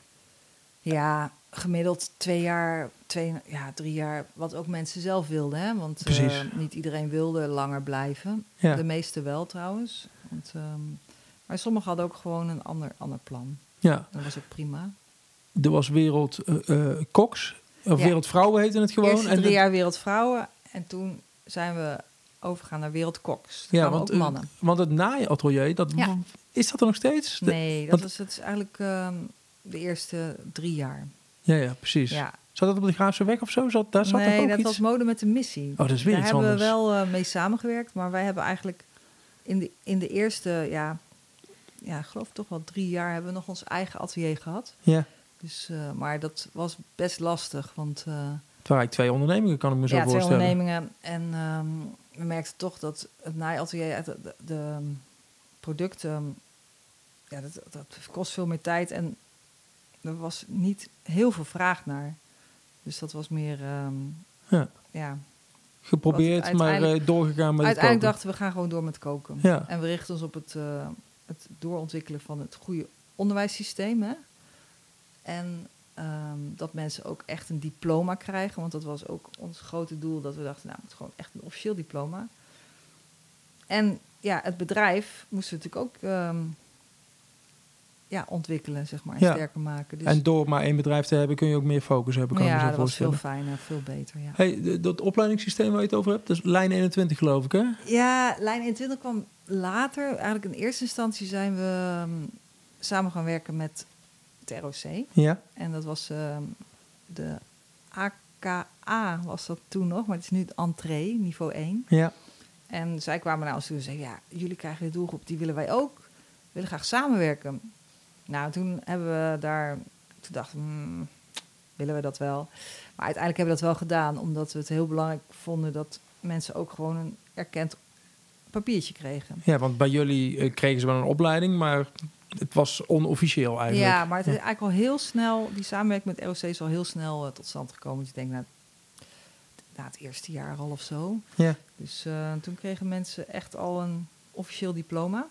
Ja, gemiddeld twee jaar, twee, ja, drie jaar, wat ook mensen zelf wilden. Hè? Want uh, niet iedereen wilde langer blijven. Ja. De meeste wel trouwens. Want, um, maar sommigen hadden ook gewoon een ander, ander plan. Ja. Dat was ook prima. Er was Wereld uh, uh, Koks, of ja. Wereldvrouwen heette het gewoon. Eerst drie en jaar Wereldvrouwen en toen zijn we overgegaan naar Wereldkoks. Ja, want, ook mannen. Uh, want het naaiatelier, dat, ja. is dat er nog steeds? Nee, dat want, was het is eigenlijk um, de eerste drie jaar. Ja, ja, precies. Ja. Zat dat op de Graafse weg of zo? Zat, daar zat nee, ook dat iets? was Mode met de Missie. Oh, dat is weer daar iets hebben anders. we wel uh, mee samengewerkt, maar wij hebben eigenlijk in de, in de eerste, ja, ja, ik geloof toch wel drie jaar hebben we nog ons eigen atelier gehad. Ja. Dus, uh, maar dat was best lastig, want... Uh, het waren twee ondernemingen, kan ik me zo ja, voorstellen. Ja, twee ondernemingen. En um, we merkten toch dat het naaiatelier, de, de, de producten, ja, dat, dat kost veel meer tijd en er was niet heel veel vraag naar. Dus dat was meer, um, ja. ja. Geprobeerd, maar uh, doorgegaan met uiteindelijk het dachten we gaan gewoon door met koken. Ja. En we richten ons op het, uh, het doorontwikkelen van het goede onderwijssysteem. Hè? En um, dat mensen ook echt een diploma krijgen. Want dat was ook ons grote doel. Dat we dachten, nou, het moet gewoon echt een officieel diploma. En ja, het bedrijf moesten we natuurlijk ook um, ja, ontwikkelen, zeg maar. En ja. sterker maken. Dus en door maar één bedrijf te hebben, kun je ook meer focus hebben. Kan ja, je zo dat voorstellen. was veel fijner, veel beter, ja. Hey, dat opleidingssysteem waar je het over hebt, dat is lijn eenentwintig geloof ik, hè? Ja, lijn eenentwintig kwam later. Eigenlijk in eerste instantie zijn we um, samen gaan werken met het R O C. Ja. En dat was uh, de A K A was dat toen nog, maar het is nu het entree, niveau één. Ja. En zij kwamen naar ons toe en zeiden, ja, jullie krijgen de doelgroep, die willen wij ook. We willen graag samenwerken. Nou, toen hebben we daar, toen dachten we, hmm, willen we dat wel? Maar uiteindelijk hebben we dat wel gedaan, omdat we het heel belangrijk vonden dat mensen ook gewoon een erkend papiertje kregen. Ja, want bij jullie uh, kregen ze wel een opleiding, maar het was onofficieel eigenlijk. Ja, maar het is eigenlijk al heel snel, die samenwerking met R O C is al heel snel uh, tot stand gekomen. Dus ik denk, nou, na het eerste jaar al of zo. Ja. Dus uh, toen kregen mensen echt al een officieel diploma.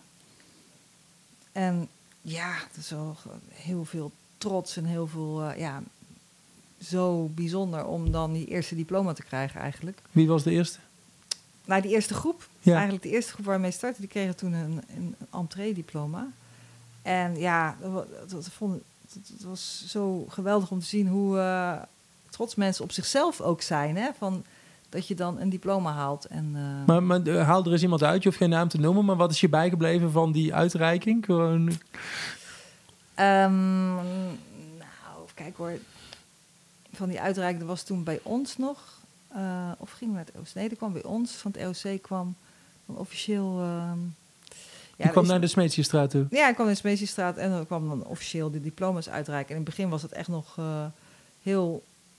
En ja, dat is wel heel veel trots en heel veel, uh, ja, zo bijzonder om dan die eerste diploma te krijgen eigenlijk. Wie was de eerste? Nou, die eerste groep, Ja. eigenlijk de eerste groep waar we mee starten, die kregen toen een, een entree-diploma. En ja, dat, wa- dat, dat vond, dat, dat was zo geweldig om te zien hoe uh, trots mensen op zichzelf ook zijn. Hè? Van, dat je dan een diploma haalt. En, uh, Maar, maar uh, haal er eens iemand uit, je hoeft geen naam te noemen, maar wat is je bijgebleven van die uitreiking? Gewoon... Um, nou, kijk hoor. Van die uitreiking, dat was toen bij ons nog. Uh, of ging naar het O C? Nee, dat kwam bij ons. Van het O C kwam dan officieel... Uh, Je ja, kwam is, naar de Smeetsjestraat toe? Ja, ik kwam naar de Smeetsjestraat en dan kwam dan officieel de diploma's uitreiken. En in het begin was het echt nog uh, heel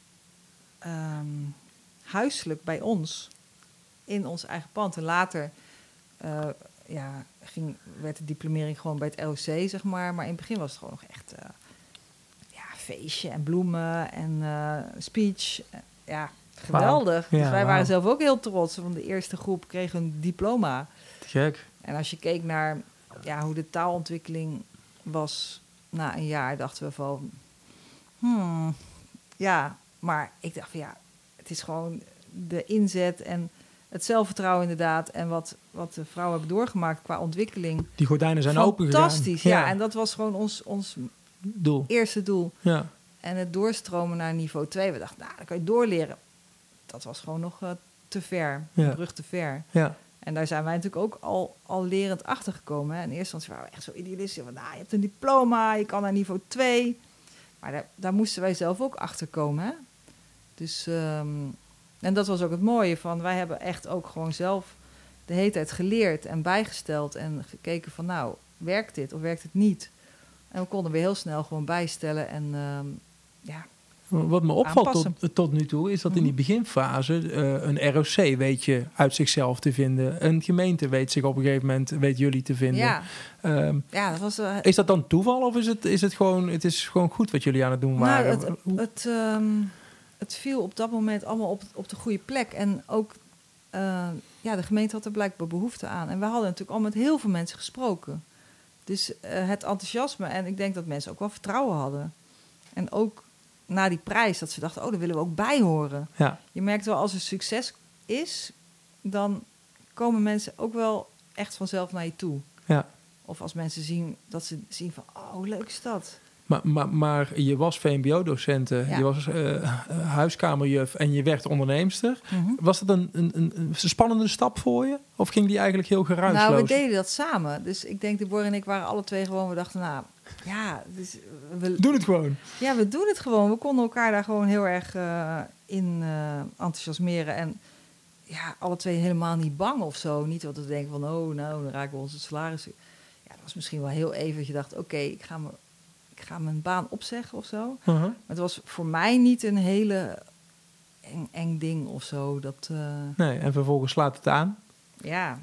um, huiselijk bij ons. In ons eigen pand. En later... Uh, ja, ging, werd de diplomering gewoon bij het L O C, zeg maar. Maar in het begin was het gewoon nog echt... Uh, ja, feestje en bloemen en uh, speech. Uh, ja, geweldig. Wow. Ja, dus wij wow. waren zelf ook heel trots. Van de eerste groep kreeg een diploma. Te gek. En als je keek naar ja, hoe de taalontwikkeling was na een jaar, dachten we van... Hmm, ja, maar ik dacht van ja, het is gewoon de inzet en... het zelfvertrouwen inderdaad en wat, wat de vrouwen hebben doorgemaakt qua ontwikkeling. Die gordijnen zijn open gegaan. Fantastisch, ja. ja. En dat was gewoon ons, ons doel. eerste doel. Ja. En het doorstromen naar niveau twee. We dachten, nou, dan kan je doorleren. Dat was gewoon nog uh, te ver. Ja. De brug te ver. Ja. En daar zijn wij natuurlijk ook al, al lerend achter gekomen. Hè. In eerste instantie waren we echt zo idealistisch. Van, nou, je hebt een diploma, je kan naar niveau twee. Maar daar, daar moesten wij zelf ook achter komen. Hè. Dus... Um, En dat was ook het mooie van, wij hebben echt ook gewoon zelf de hele tijd geleerd en bijgesteld en gekeken van, nou, werkt dit of werkt het niet? En we konden weer heel snel gewoon bijstellen en um, ja. Wat me opvalt tot, tot nu toe is dat mm-hmm. in die beginfase uh, een R O C weet je uit zichzelf te vinden. Een gemeente weet zich op een gegeven moment, weet jullie te vinden. Ja. Um, ja, dat was, uh, is dat dan toeval of is het, is het gewoon, het is gewoon goed wat jullie aan het doen waren? Nou, het, het, um, het viel op dat moment allemaal op, op de goede plek. En ook, uh, ja, de gemeente had er blijkbaar behoefte aan. En we hadden natuurlijk al met heel veel mensen gesproken. Dus uh, het enthousiasme, en ik denk dat mensen ook wel vertrouwen hadden. En ook na die prijs, dat ze dachten, oh, daar willen we ook bij horen. Ja. Je merkt wel, als er succes is, dan komen mensen ook wel echt vanzelf naar je toe. Ja. Of als mensen zien, dat ze zien van, oh, hoe leuk is dat? Maar, maar, maar je was V M B O-docenten, ja. je was uh, huiskamerjuf en je werd onderneemster. Mm-hmm. Was dat een, een, een spannende stap voor je? Of ging die eigenlijk heel geruisloos? Nou, we deden dat samen. Dus ik denk, Deborah en ik waren alle twee gewoon... We dachten, nou, ja... Dus we doen het gewoon. Ja, we doen het gewoon. We konden elkaar daar gewoon heel erg uh, in uh, enthousiasmeren. En ja, alle twee helemaal niet bang of zo. Niet dat we denken van, oh, nou, dan raken we onze salaris. Ja, dat was misschien wel heel even dat je dacht, oké, okay, ik ga me... ik ga mijn baan opzeggen of zo. Uh-huh. Maar het was voor mij niet een hele eng, eng ding of zo. Dat, uh... Nee, en vervolgens slaat het aan. Ja.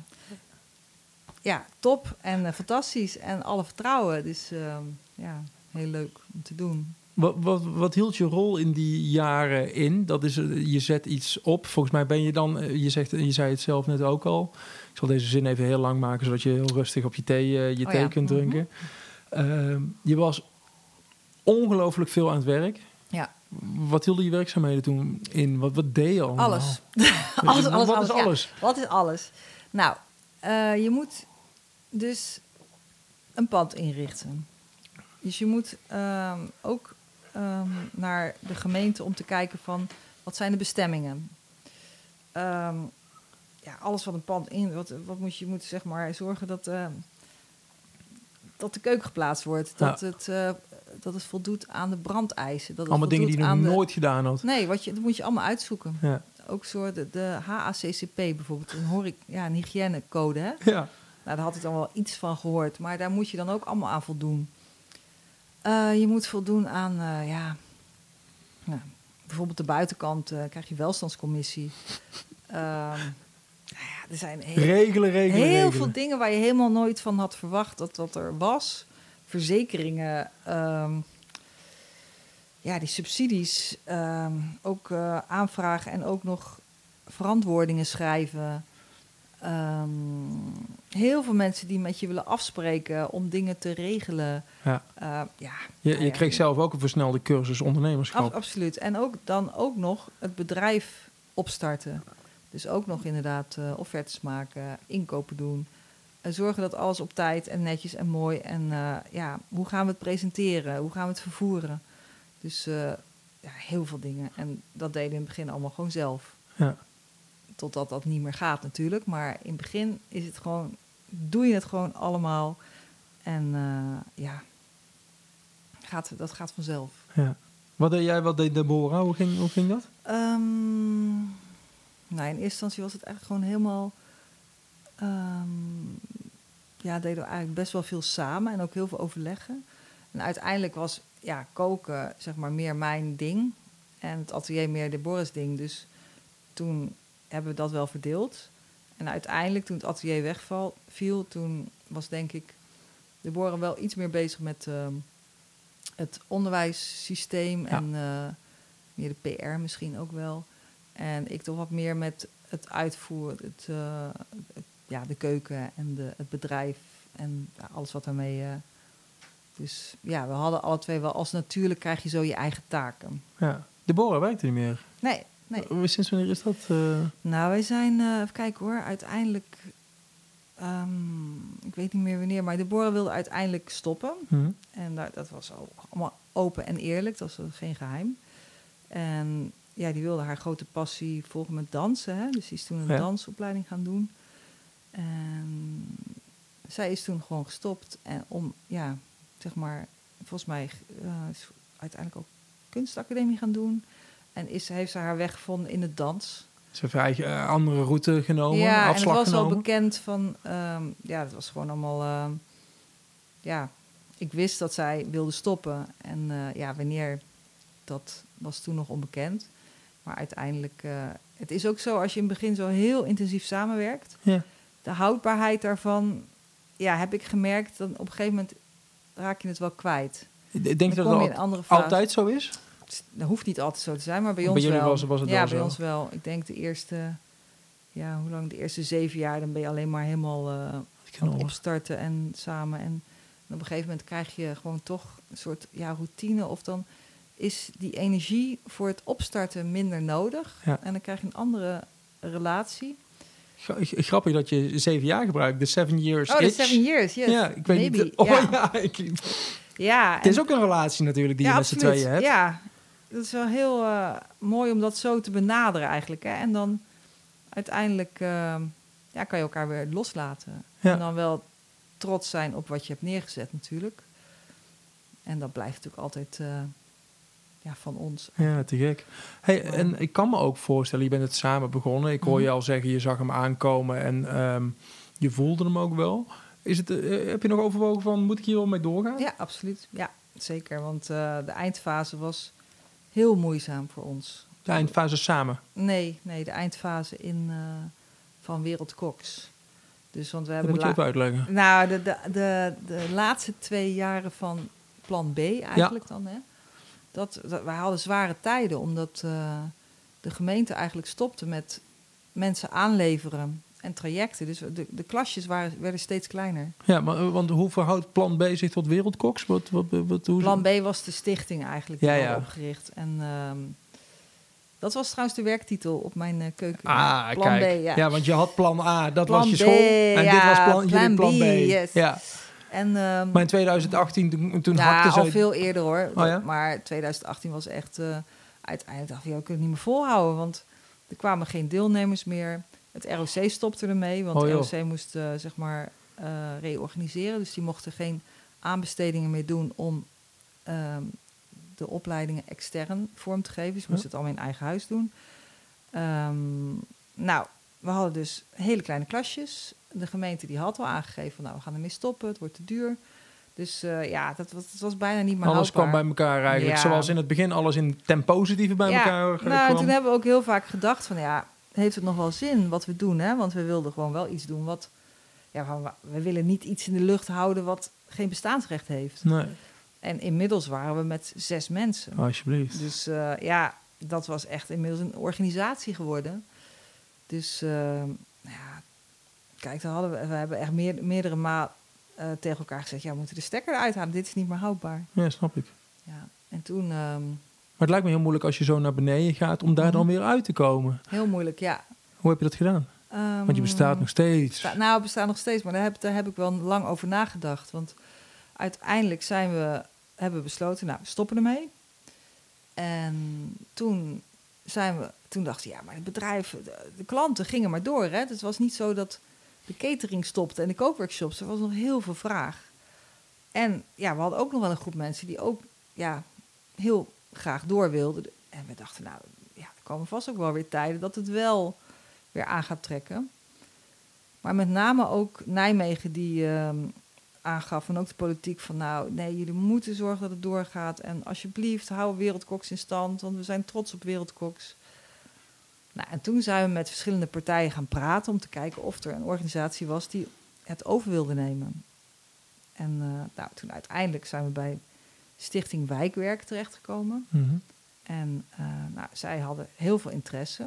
Ja, top en uh, fantastisch. En alle vertrouwen. Dus uh, ja, heel leuk om te doen. Wat, wat, wat hield je rol in die jaren in? Dat is, je zet iets op. Volgens mij ben je dan, je, zegt, je zei het zelf net ook al. Ik zal deze zin even heel lang maken, zodat je heel rustig op je thee, uh, je oh, thee ja. kunt drinken. Mm-hmm. Uh, je was ongelooflijk veel aan het werk. Ja. Wat hielden je werkzaamheden toen in? Wat, wat deed je allemaal? Alles. alles, alles. Wat alles, is alles? Ja. Wat is alles? Nou, uh, je moet dus een pand inrichten. Dus je moet um, ook um, naar de gemeente om te kijken van... wat zijn de bestemmingen? Um, ja, alles wat een pand in... Wat, wat moet je, je moet zeg maar zorgen dat... Uh, dat de keuken geplaatst wordt. Dat, ja. het, uh, dat het voldoet aan de brandeisen. Dat het allemaal dingen die je nog de... nooit gedaan had. Nee, wat je, dat moet je allemaal uitzoeken. Ja. Ook soort de, de H A C C P bijvoorbeeld. Een, horec, ja, een hygiënecode. Hè? Ja. Nou, daar had ik dan wel iets van gehoord. Maar daar moet je dan ook allemaal aan voldoen. Uh, je moet voldoen aan... Uh, ja, nou, bijvoorbeeld de buitenkant uh, krijg je welstandscommissie. Uh, Nou ja, er zijn heel, regelen, regelen, heel regelen. veel dingen waar je helemaal nooit van had verwacht dat dat er was. Verzekeringen, um, ja, die subsidies, um, ook uh, aanvragen en ook nog verantwoordingen schrijven. Um, heel veel mensen die met je willen afspreken om dingen te regelen. Ja. Uh, ja, je nou je ja, kreeg zelf ook een versnelde cursus ondernemerschap. Ab, absoluut. En ook dan ook nog het bedrijf opstarten. Dus ook nog inderdaad uh, offertes maken, inkopen doen. Uh, zorgen dat alles op tijd en netjes en mooi. En uh, ja, hoe gaan we het presenteren? Hoe gaan we het vervoeren? Dus uh, ja, heel veel dingen. En dat deden we in het begin allemaal gewoon zelf. Ja. Totdat dat niet meer gaat natuurlijk. Maar in het begin is het gewoon, doe je het gewoon allemaal. En uh, ja, gaat, dat gaat vanzelf. Ja. Wat deed jij, wat deed Deborah? Hoe ging, hoe ging dat? Um, nou, in eerste instantie was het eigenlijk gewoon helemaal... Um, ja, deden we eigenlijk best wel veel samen en ook heel veel overleggen. En uiteindelijk was ja, koken zeg maar meer mijn ding. En het atelier meer Deborah's ding. Dus toen hebben we dat wel verdeeld. En uiteindelijk, toen het atelier wegviel, toen was denk ik Deborah wel iets meer bezig met uh, het onderwijssysteem. Ja. En uh, meer de P R misschien ook wel. En ik toch wat meer met het uitvoeren, het, uh, het, ja, de keuken en de, het bedrijf en ja, alles wat daarmee... Uh, dus ja, we hadden alle twee wel... Als natuurlijk krijg je zo je eigen taken. Ja. Deborah werkte niet meer? Nee. Nee. Sinds wanneer is dat? Uh... Nou, wij zijn... Uh, even kijken hoor. Uiteindelijk... Um, ik weet niet meer wanneer... Maar Deborah wilde uiteindelijk stoppen. Mm-hmm. En daar, dat was al allemaal open en eerlijk. Dat was geen geheim. En ja, die wilde haar grote passie volgen met dansen. Hè? Dus die is toen een ja. dansopleiding gaan doen. En zij is toen gewoon gestopt. En om, ja, zeg maar... Volgens mij uh, is uiteindelijk ook kunstacademie gaan doen... En is, heeft ze haar weg gevonden in het dans. Ze heeft haar eigen uh, andere route genomen, ja, afslag en het was genomen. al bekend van... Um, ja, het was gewoon allemaal... Uh, ja, ik wist dat zij wilde stoppen. En uh, ja, wanneer, dat was toen nog onbekend. Maar uiteindelijk... Uh, het is ook zo, als je in het begin zo heel intensief samenwerkt... Ja. De houdbaarheid daarvan... Ja, heb ik gemerkt... dat op een gegeven moment raak je het wel kwijt. Ik denk dat het al, altijd zo is? Dat hoeft niet altijd zo te zijn, maar bij, bij ons wel. Was, was het ja, wel bij zo. ons wel. Ik denk de eerste, ja, hoe lang? De eerste zeven jaar, dan ben je alleen maar helemaal uh, aan het opstarten en samen. En, en op een gegeven moment krijg je gewoon toch een soort ja, routine. Of dan is die energie voor het opstarten minder nodig. Ja. En dan krijg je een andere relatie. Grappig dat je zeven jaar gebruikt. De seven years Oh, de itch. seven years, yes. Ja, ik weet Maybe. niet. Oh ja. ja, ik... ja het is ook een relatie natuurlijk die ja, je met z'n tweeën hebt. Ja, dat is wel heel uh, mooi om dat zo te benaderen eigenlijk. Hè? En dan uiteindelijk uh, ja, kan je elkaar weer loslaten. Ja. En dan wel trots zijn op wat je hebt neergezet natuurlijk. En dat blijft natuurlijk altijd uh, ja, van ons. Ja, te gek. Hey, ja. En ik kan me ook voorstellen, je bent het samen begonnen. Ik hoor mm-hmm. je al zeggen, je zag hem aankomen en um, je voelde hem ook wel. Is het, uh, heb je nog overwogen van, moet ik hier wel mee doorgaan? Ja, absoluut. Ja, zeker. Want uh, de eindfase was heel moeizaam voor ons. De eindfase samen? Nee, nee de eindfase in, uh, van Wereld Koks. Dus, want we dat hebben moet je la- even uitleggen. Nou, de, de, de, de laatste twee jaren van plan B eigenlijk ja. dan. Hè, dat, dat, wij hadden zware tijden, omdat uh, de gemeente eigenlijk stopte met mensen aanleveren en trajecten. Dus de, de klasjes waren, werden steeds kleiner. Ja, maar want hoe verhoudt plan B zich tot Wereldkoks? Wat, wat, wat, hoe plan B was de stichting eigenlijk die ja, ja. opgericht. En um, dat was trouwens de werktitel op mijn uh, keuken. Ah, plan kijk. B, ja. ja, want je had plan A, dat plan was je B, school. En ja, dit was plan, plan, plan B. B. Yes. Ja. En, um, maar in twintig achttien, toen, toen nou, hakte ze... al veel eerder hoor. Oh, ja? Maar twintig achttien was echt... Uh, uiteindelijk dacht ik, ja, we kunnen het niet meer volhouden. Want er kwamen geen deelnemers meer. Het R O C stopte ermee. Want oh, het R O C moest uh, zeg maar uh, reorganiseren. Dus die mochten geen aanbestedingen meer doen om um, de opleidingen extern vorm te geven. Dus ze moesten het allemaal in eigen huis doen. Um, nou, we hadden dus hele kleine klasjes. De gemeente die had al aangegeven van, nou, we gaan ermee stoppen. Het wordt te duur. Dus uh, ja, dat was, dat was bijna niet meer alles houdbaar. kwam bij elkaar eigenlijk. Ja. Zoals in het begin alles in ten positieve bij ja, elkaar kwam. Nou, en toen hebben we ook heel vaak gedacht van, ja, heeft het nog wel zin wat we doen? Hè? Want we wilden gewoon wel iets doen wat... Ja, we willen niet iets in de lucht houden wat geen bestaansrecht heeft. Nee. En inmiddels waren we met zes mensen. Alsjeblieft. Dus uh, ja, dat was echt inmiddels een organisatie geworden. Dus uh, ja, kijk, dan hadden we, we hebben echt meer, meerdere malen uh, tegen elkaar gezegd... ja, we moeten de stekker eruit halen. Dit is niet meer houdbaar. Ja, snap ik. Ja, en toen... Um, maar het lijkt me heel moeilijk als je zo naar beneden gaat... om daar mm-hmm. dan weer uit te komen. Heel moeilijk, ja. Hoe heb je dat gedaan? Um, want je bestaat nog steeds. Besta- nou, we bestaan nog steeds, maar daar heb, daar heb ik wel lang over nagedacht. Want uiteindelijk zijn we, hebben we besloten... nou, we stoppen ermee. En toen... Zijn we, toen dachten we, ja, maar het bedrijf, de, de klanten gingen maar door. Hè? Het was niet zo dat de catering stopte en de kookworkshops. Er was nog heel veel vraag. En ja, we hadden ook nog wel een groep mensen die ook ja, heel graag door wilden. En we dachten, nou, ja, er komen vast ook wel weer tijden dat het wel weer aan gaat trekken. Maar met name ook Nijmegen die uh, aangaf, en ook de politiek van, nou, nee, jullie moeten zorgen dat het doorgaat. En alsjeblieft, hou Wereldkoks in stand, want we zijn trots op Wereldkoks. Nou, en toen zijn we met verschillende partijen gaan praten om te kijken of er een organisatie was die het over wilde nemen. En uh, nou, toen uiteindelijk zijn we bij Stichting Wijkwerk terechtgekomen. Mm-hmm. En uh, nou, zij hadden heel veel interesse.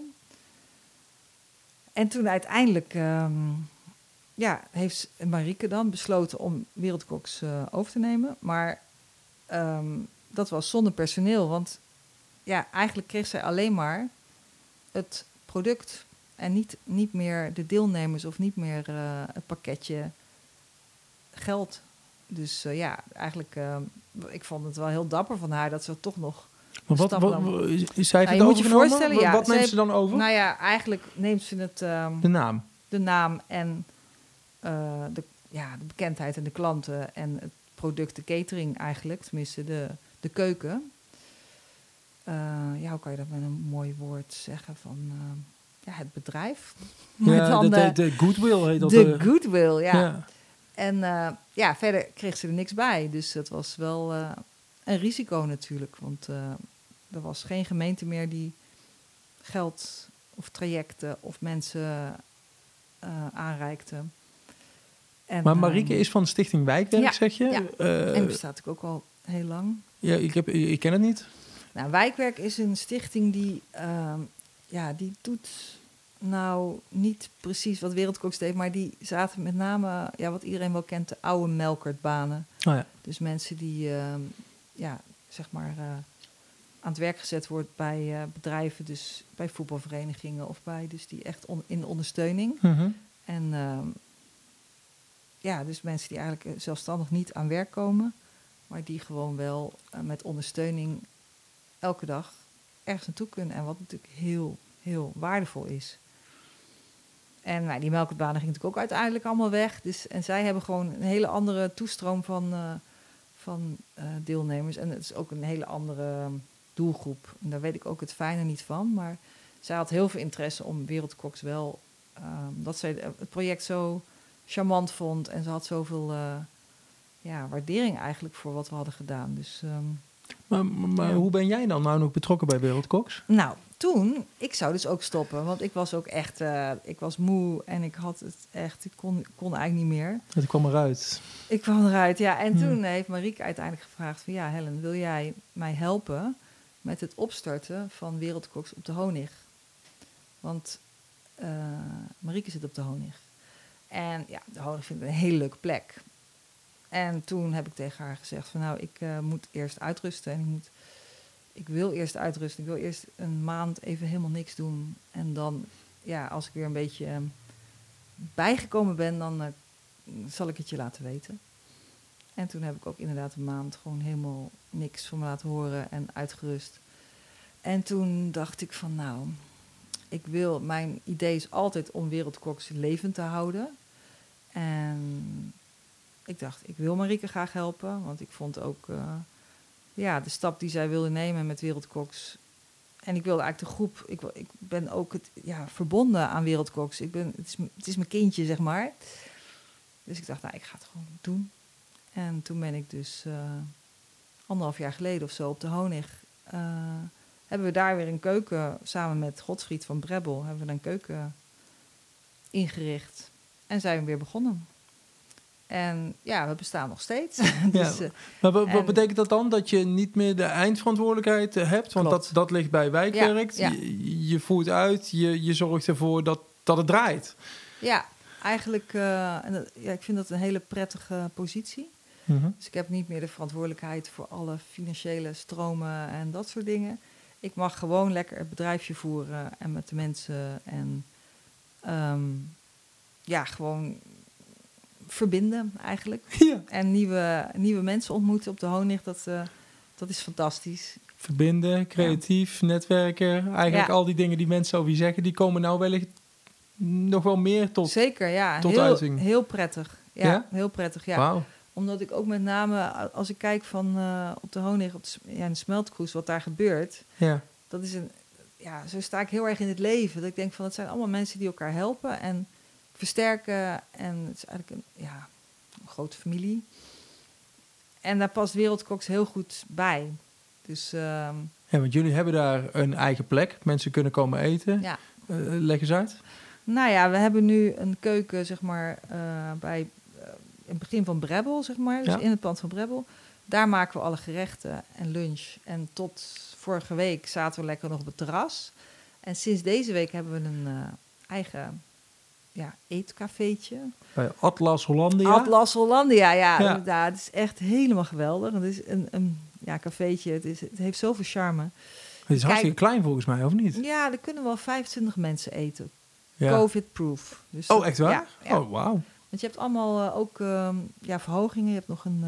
En toen uiteindelijk... Um, Ja, heeft Marieke dan besloten om Wereldkoks uh, over te nemen. Maar um, dat was zonder personeel. Want ja, eigenlijk kreeg zij alleen maar het product. En niet, niet meer de deelnemers of niet meer uh, het pakketje geld. Dus uh, ja, eigenlijk, uh, ik vond het wel heel dapper van haar dat ze toch nog... Maar wat, wat, wat is zij nou, het moet je voorstellen, ja, wat neemt ze ze dan over? Nou ja, eigenlijk neemt ze het... Um, de naam. De naam en... Uh, de, ja, de bekendheid en de klanten en het product, de catering eigenlijk, tenminste de, de keuken. Uh, ja, hoe kan je dat met een mooi woord zeggen van uh, ja, het bedrijf? Ja, dan, de, uh, de goodwill heet dat. De uh, goodwill, ja. ja. En uh, ja, verder kreeg ze er niks bij, dus dat was wel uh, een risico natuurlijk, want uh, er was geen gemeente meer die geld of trajecten of mensen uh, aanreikte. En, maar Marieke um, is van Stichting Wijkwerk, ja, zeg je? Ja, uh, en bestaat ook al heel lang. Ja, ik, heb, ik ken het niet. Nou, Wijkwerk is een stichting die, uh, ja, die doet nou niet precies wat Wereldkoks deed, maar die zaten met name, ja, wat iedereen wel kent, de oude melkertbanen. Oh ja. Dus mensen die, uh, ja, zeg maar, uh, aan het werk gezet wordt bij uh, bedrijven, dus bij voetbalverenigingen of bij, dus die echt on, in ondersteuning. Mm-hmm. En uh, ja, dus mensen die eigenlijk zelfstandig niet aan werk komen, maar die gewoon wel uh, met ondersteuning elke dag ergens naartoe kunnen. En wat natuurlijk heel, heel waardevol is. En nou, die melkertbanen gingen natuurlijk ook uiteindelijk allemaal weg. Dus, en zij hebben gewoon een hele andere toestroom van, uh, van uh, deelnemers. En het is ook een hele andere doelgroep. En daar weet ik ook het fijne niet van. Maar zij had heel veel interesse om Wereldkoks wel... Uh, dat zij het project zo charmant vond. En ze had zoveel uh, ja, waardering eigenlijk voor wat we hadden gedaan. Dus... Um, Maar, maar ja. Hoe ben jij dan nou nog betrokken bij Wereldkoks? Nou, toen, ik zou dus ook stoppen. Want ik was ook echt, uh, ik was moe en ik had het echt, ik kon, kon eigenlijk niet meer. Het kwam eruit. Ik kwam eruit, ja. En Hmm. toen heeft Marieke uiteindelijk gevraagd van, ja, Helen, wil jij mij helpen met het opstarten van Wereldkoks op de Honig? Want uh, Marieke zit op de Honig. En ja, de Honig vind ik een hele leuke plek. En toen heb ik tegen haar gezegd van nou, ik uh, moet eerst uitrusten. En ik, moet, ik wil eerst uitrusten. Ik wil eerst een maand even helemaal niks doen. En dan, ja, als ik weer een beetje uh, bijgekomen ben, dan uh, zal ik het je laten weten. En toen heb ik ook inderdaad een maand gewoon helemaal niks van me laten horen en uitgerust. En toen dacht ik van nou, ik wil, mijn idee is altijd om Wereldkoks levend te houden. En... ik dacht, ik wil Marieke graag helpen. Want ik vond ook uh, ja, de stap die zij wilde nemen met Wereldkoks. En ik wilde eigenlijk de groep... Ik, ik ben ook het, ja, verbonden aan Wereldkoks. Ik ben, het, is, het is mijn kindje, zeg maar. Dus ik dacht, nou, ik ga het gewoon doen. En toen ben ik dus uh, anderhalf jaar geleden of zo op de Honig... Uh, hebben we daar weer een keuken... samen met Godfried van Brebbel... hebben we een keuken ingericht. En zijn we weer begonnen. En ja, we bestaan nog steeds. dus, ja. Maar wat, wat betekent dat dan? Dat je niet meer de eindverantwoordelijkheid uh, hebt? Want dat, dat ligt bij Wijkwerk. Ja, ja. Je, je voert uit, je, je zorgt ervoor dat, dat het draait. Ja, eigenlijk, uh, en dat, ja, ik vind dat een hele prettige positie. Mm-hmm. Dus ik heb niet meer de verantwoordelijkheid voor alle financiële stromen en dat soort dingen. Ik mag gewoon lekker het bedrijfje voeren en met de mensen en um, ja, gewoon verbinden eigenlijk. Ja. En nieuwe, nieuwe mensen ontmoeten op de Honig, dat, uh, dat is fantastisch. Verbinden, creatief, ja. netwerken. Eigenlijk ja. al die dingen die mensen over je zeggen, die komen nou wellicht nog wel meer tot Zeker, ja. tot heel, uiting. Heel prettig. Ja, ja? heel prettig, ja. Wauw. Omdat ik ook met name, als ik kijk van uh, op de Honig, op de, ja, de smeltkroes, wat daar gebeurt. Ja. Dat is een, ja, zo sta ik heel erg in het leven. Dat ik denk van, het zijn allemaal mensen die elkaar helpen en versterken. En het is eigenlijk een, ja, een grote familie. En daar past Wereldkoks heel goed bij. Dus, uh, ja, want jullie hebben daar een eigen plek. Mensen kunnen komen eten. Ja. Uh, leg eens uit. Nou ja, we hebben nu een keuken, zeg maar, uh, bij uh, in het begin van Brebbel, zeg maar. Dus ja. in het pand van Brebbel. Daar maken we alle gerechten en lunch. En tot vorige week zaten we lekker nog op het terras. En sinds deze week hebben we een uh, eigen ja, eetcafeetje. Bij Atlas Hollandia. Atlas Hollandia, ja. ja. ja het is echt helemaal geweldig. Het is een, een ja, cafeetje. Het, is, het heeft zoveel charme. Het is hartstikke klein volgens mij, of niet? Ja, er kunnen wel vijfentwintig mensen eten. Ja. COVID-proof. Dus oh, echt waar? Ja, ja. Oh, wauw. Want je hebt allemaal uh, ook uh, ja, verhogingen. Je hebt nog een, uh,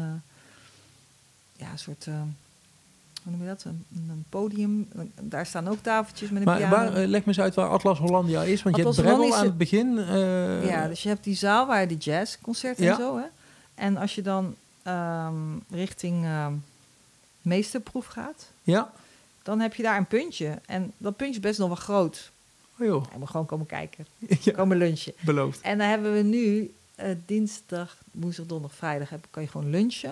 ja, een soort, uh, hoe noem je dat? Een, een podium. Daar staan ook tafeltjes met een maar piano. Waar, uh, leg me eens uit waar Atlas Hollandia is. Want Atlas je hebt Brebbel is aan het begin. Uh, ja, dus je hebt die zaal waar je de jazzconcerten ja. en zo. Hè? En als je dan um, richting uh, meesterproef gaat, ja. dan heb je daar een puntje. En dat puntje is best nog wel groot. Oh joh. En we gewoon komen kijken. Ja. Komen lunchen. Beloofd. En dan hebben we nu uh, dinsdag, woensdag, donderdag, vrijdag heb, kan je gewoon lunchen.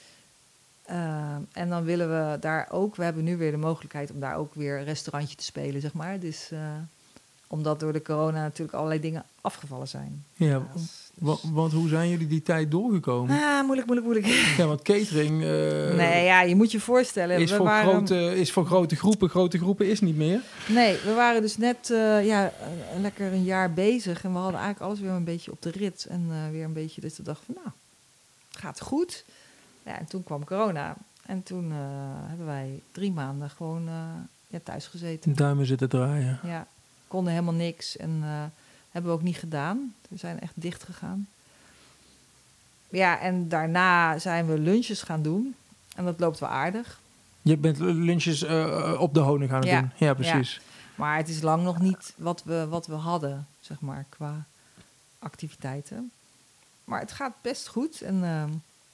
Uh, en dan willen we daar ook, we hebben nu weer de mogelijkheid om daar ook weer een restaurantje te spelen, zeg maar. Dus uh, omdat door de corona natuurlijk allerlei dingen afgevallen zijn. Ja, dus, want, want hoe zijn jullie die tijd doorgekomen? Ah, moeilijk, moeilijk, moeilijk. Ja, want catering... Uh, nee, ja, je moet je voorstellen. Is, we voor waren, grote, is voor grote groepen. Grote groepen is niet meer. Nee, we waren dus net uh, ja, uh, lekker een jaar bezig. En we hadden eigenlijk alles weer een beetje op de rit. En uh, weer een beetje dat we dachten van, nou, gaat goed. Ja, en toen kwam corona. En toen uh, hebben wij drie maanden gewoon uh, ja, thuis gezeten. Duimen zitten draaien. Ja, konden helemaal niks. En uh, hebben we ook niet gedaan. We zijn echt dicht gegaan. Ja, en daarna zijn we lunches gaan doen. En dat loopt wel aardig. Je bent lunches uh, op de Honig gaan ja. doen. Ja, precies. Ja. Maar het is lang nog niet wat we, wat we hadden, zeg maar, qua activiteiten. Maar het gaat best goed. En uh,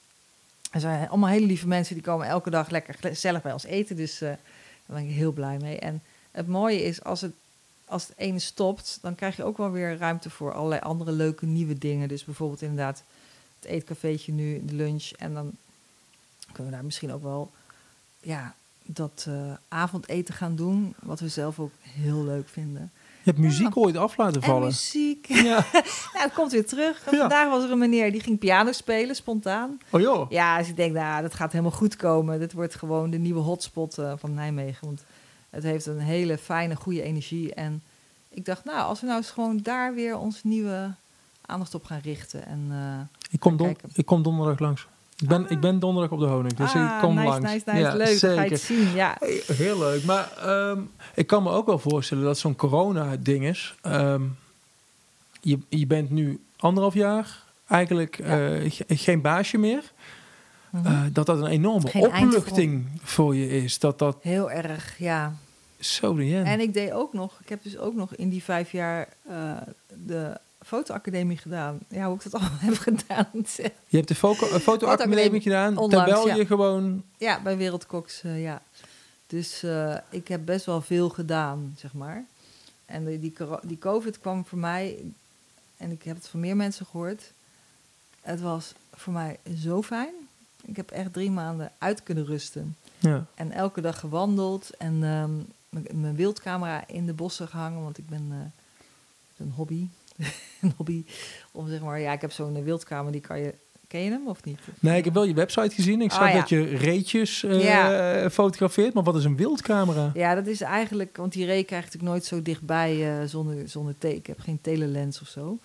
er zijn allemaal hele lieve mensen die komen elke dag lekker gezellig bij ons eten. Dus uh, daar ben ik heel blij mee. En het mooie is, als het, als het ene stopt, dan krijg je ook wel weer ruimte voor allerlei andere leuke nieuwe dingen. Dus bijvoorbeeld inderdaad het eetcafeetje nu, de lunch. En dan kunnen we daar misschien ook wel ja, dat uh, avondeten gaan doen, wat we zelf ook heel leuk vinden. Je hebt muziek ja. ooit af laten vallen. En muziek. Ja. ja, het komt weer terug. Ja. Vandaag was er een meneer die ging piano spelen, spontaan. Oh joh. Ja, dus ik denk, nou, dat gaat helemaal goed komen. Dit wordt gewoon de nieuwe hotspot uh, van Nijmegen. Want het heeft een hele fijne, goede energie. En ik dacht, nou, als we nou eens gewoon daar weer onze nieuwe aandacht op gaan richten. En, uh, ik, kom don- ik kom donderdag langs. Ik ben, ah. ik ben donderdag op de Honig, dus ah, ik kom nice, langs. Nice, nice, ja, leuk. Zeker. Ga je het zien, ja. Heel leuk, maar um, ik kan me ook wel voorstellen dat zo'n corona-ding is. Um, je, je bent nu anderhalf jaar eigenlijk ja. uh, g- geen baasje meer. Mm-hmm. Uh, dat dat een enorme geen opluchting voor je is. Dat dat heel erg, ja. Zo de jen. En ik deed ook nog, ik heb dus ook nog in die vijf jaar uh, de fotoacademie gedaan. Ja, hoe ik dat allemaal heb gedaan. Je hebt de foto- fotoacademie gedaan, onlangs, terwijl je ja. gewoon... Ja, bij Wereldkoks, uh, ja. Dus uh, ik heb best wel veel gedaan, zeg maar. En die, die, die COVID kwam voor mij, en ik heb het van meer mensen gehoord, het was voor mij zo fijn. Ik heb echt drie maanden uit kunnen rusten. Ja. En elke dag gewandeld en um, mijn wildcamera in de bossen gehangen, want ik ben uh, een hobby. een hobby om zeg maar, ja, ik heb zo'n wildkamer, die kan je, ken je hem of niet? Nee, ik heb wel je website gezien. Ik zag oh, ja. dat je reetjes uh, ja. fotografeert, maar wat is een wildcamera? Ja, dat is eigenlijk, want die ree krijg ik natuurlijk nooit zo dichtbij uh, zonder, zonder te- ik heb geen telelens of zo.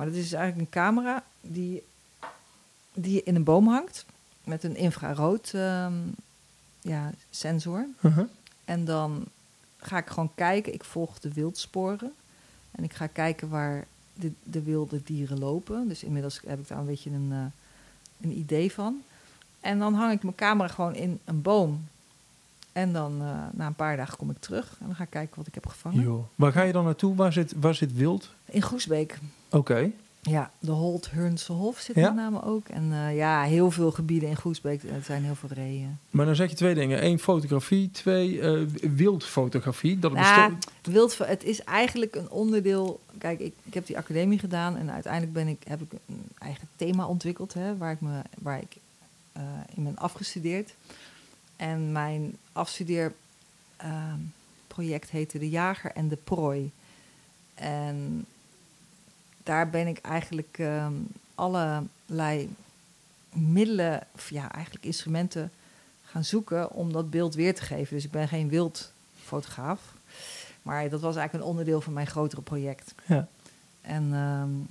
Maar dat is dus eigenlijk een camera die, die in een boom hangt met een infrarood um, ja, sensor. Uh-huh. En dan ga ik gewoon kijken. Ik volg de wildsporen. En ik ga kijken waar de, de wilde dieren lopen. Dus inmiddels heb ik daar een beetje een, uh, een idee van. En dan hang ik mijn camera gewoon in een boom. En dan uh, na een paar dagen kom ik terug. En dan ga ik kijken wat ik heb gevangen. Jo. Waar ga je dan naartoe? Waar zit, waar zit wild? In Groesbeek. Oké. Okay. Ja, de Holt-Hurnse Hof zit ja? met name ook. En uh, ja, heel veel gebieden in Groesbeek. Er zijn heel veel reeën. Maar dan zeg je twee dingen. Eén, fotografie. Twee, uh, wildfotografie. Dat nou, wild, het is eigenlijk een onderdeel... Kijk, ik, ik heb die academie gedaan. En uiteindelijk ben ik, heb ik een eigen thema ontwikkeld. Hè, waar ik, me, waar ik uh, in ben afgestudeerd. En mijn afstudeerproject uh, heette De Jager en de Prooi. En... daar ben ik eigenlijk um, allerlei middelen, of ja, eigenlijk instrumenten gaan zoeken om dat beeld weer te geven. Dus ik ben geen wildfotograaf, maar dat was eigenlijk een onderdeel van mijn grotere project. Ja. En um,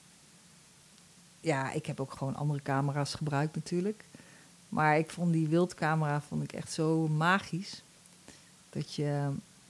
ja, ik heb ook gewoon andere camera's gebruikt natuurlijk. Maar ik vond die wildcamera vond ik echt zo magisch, dat je...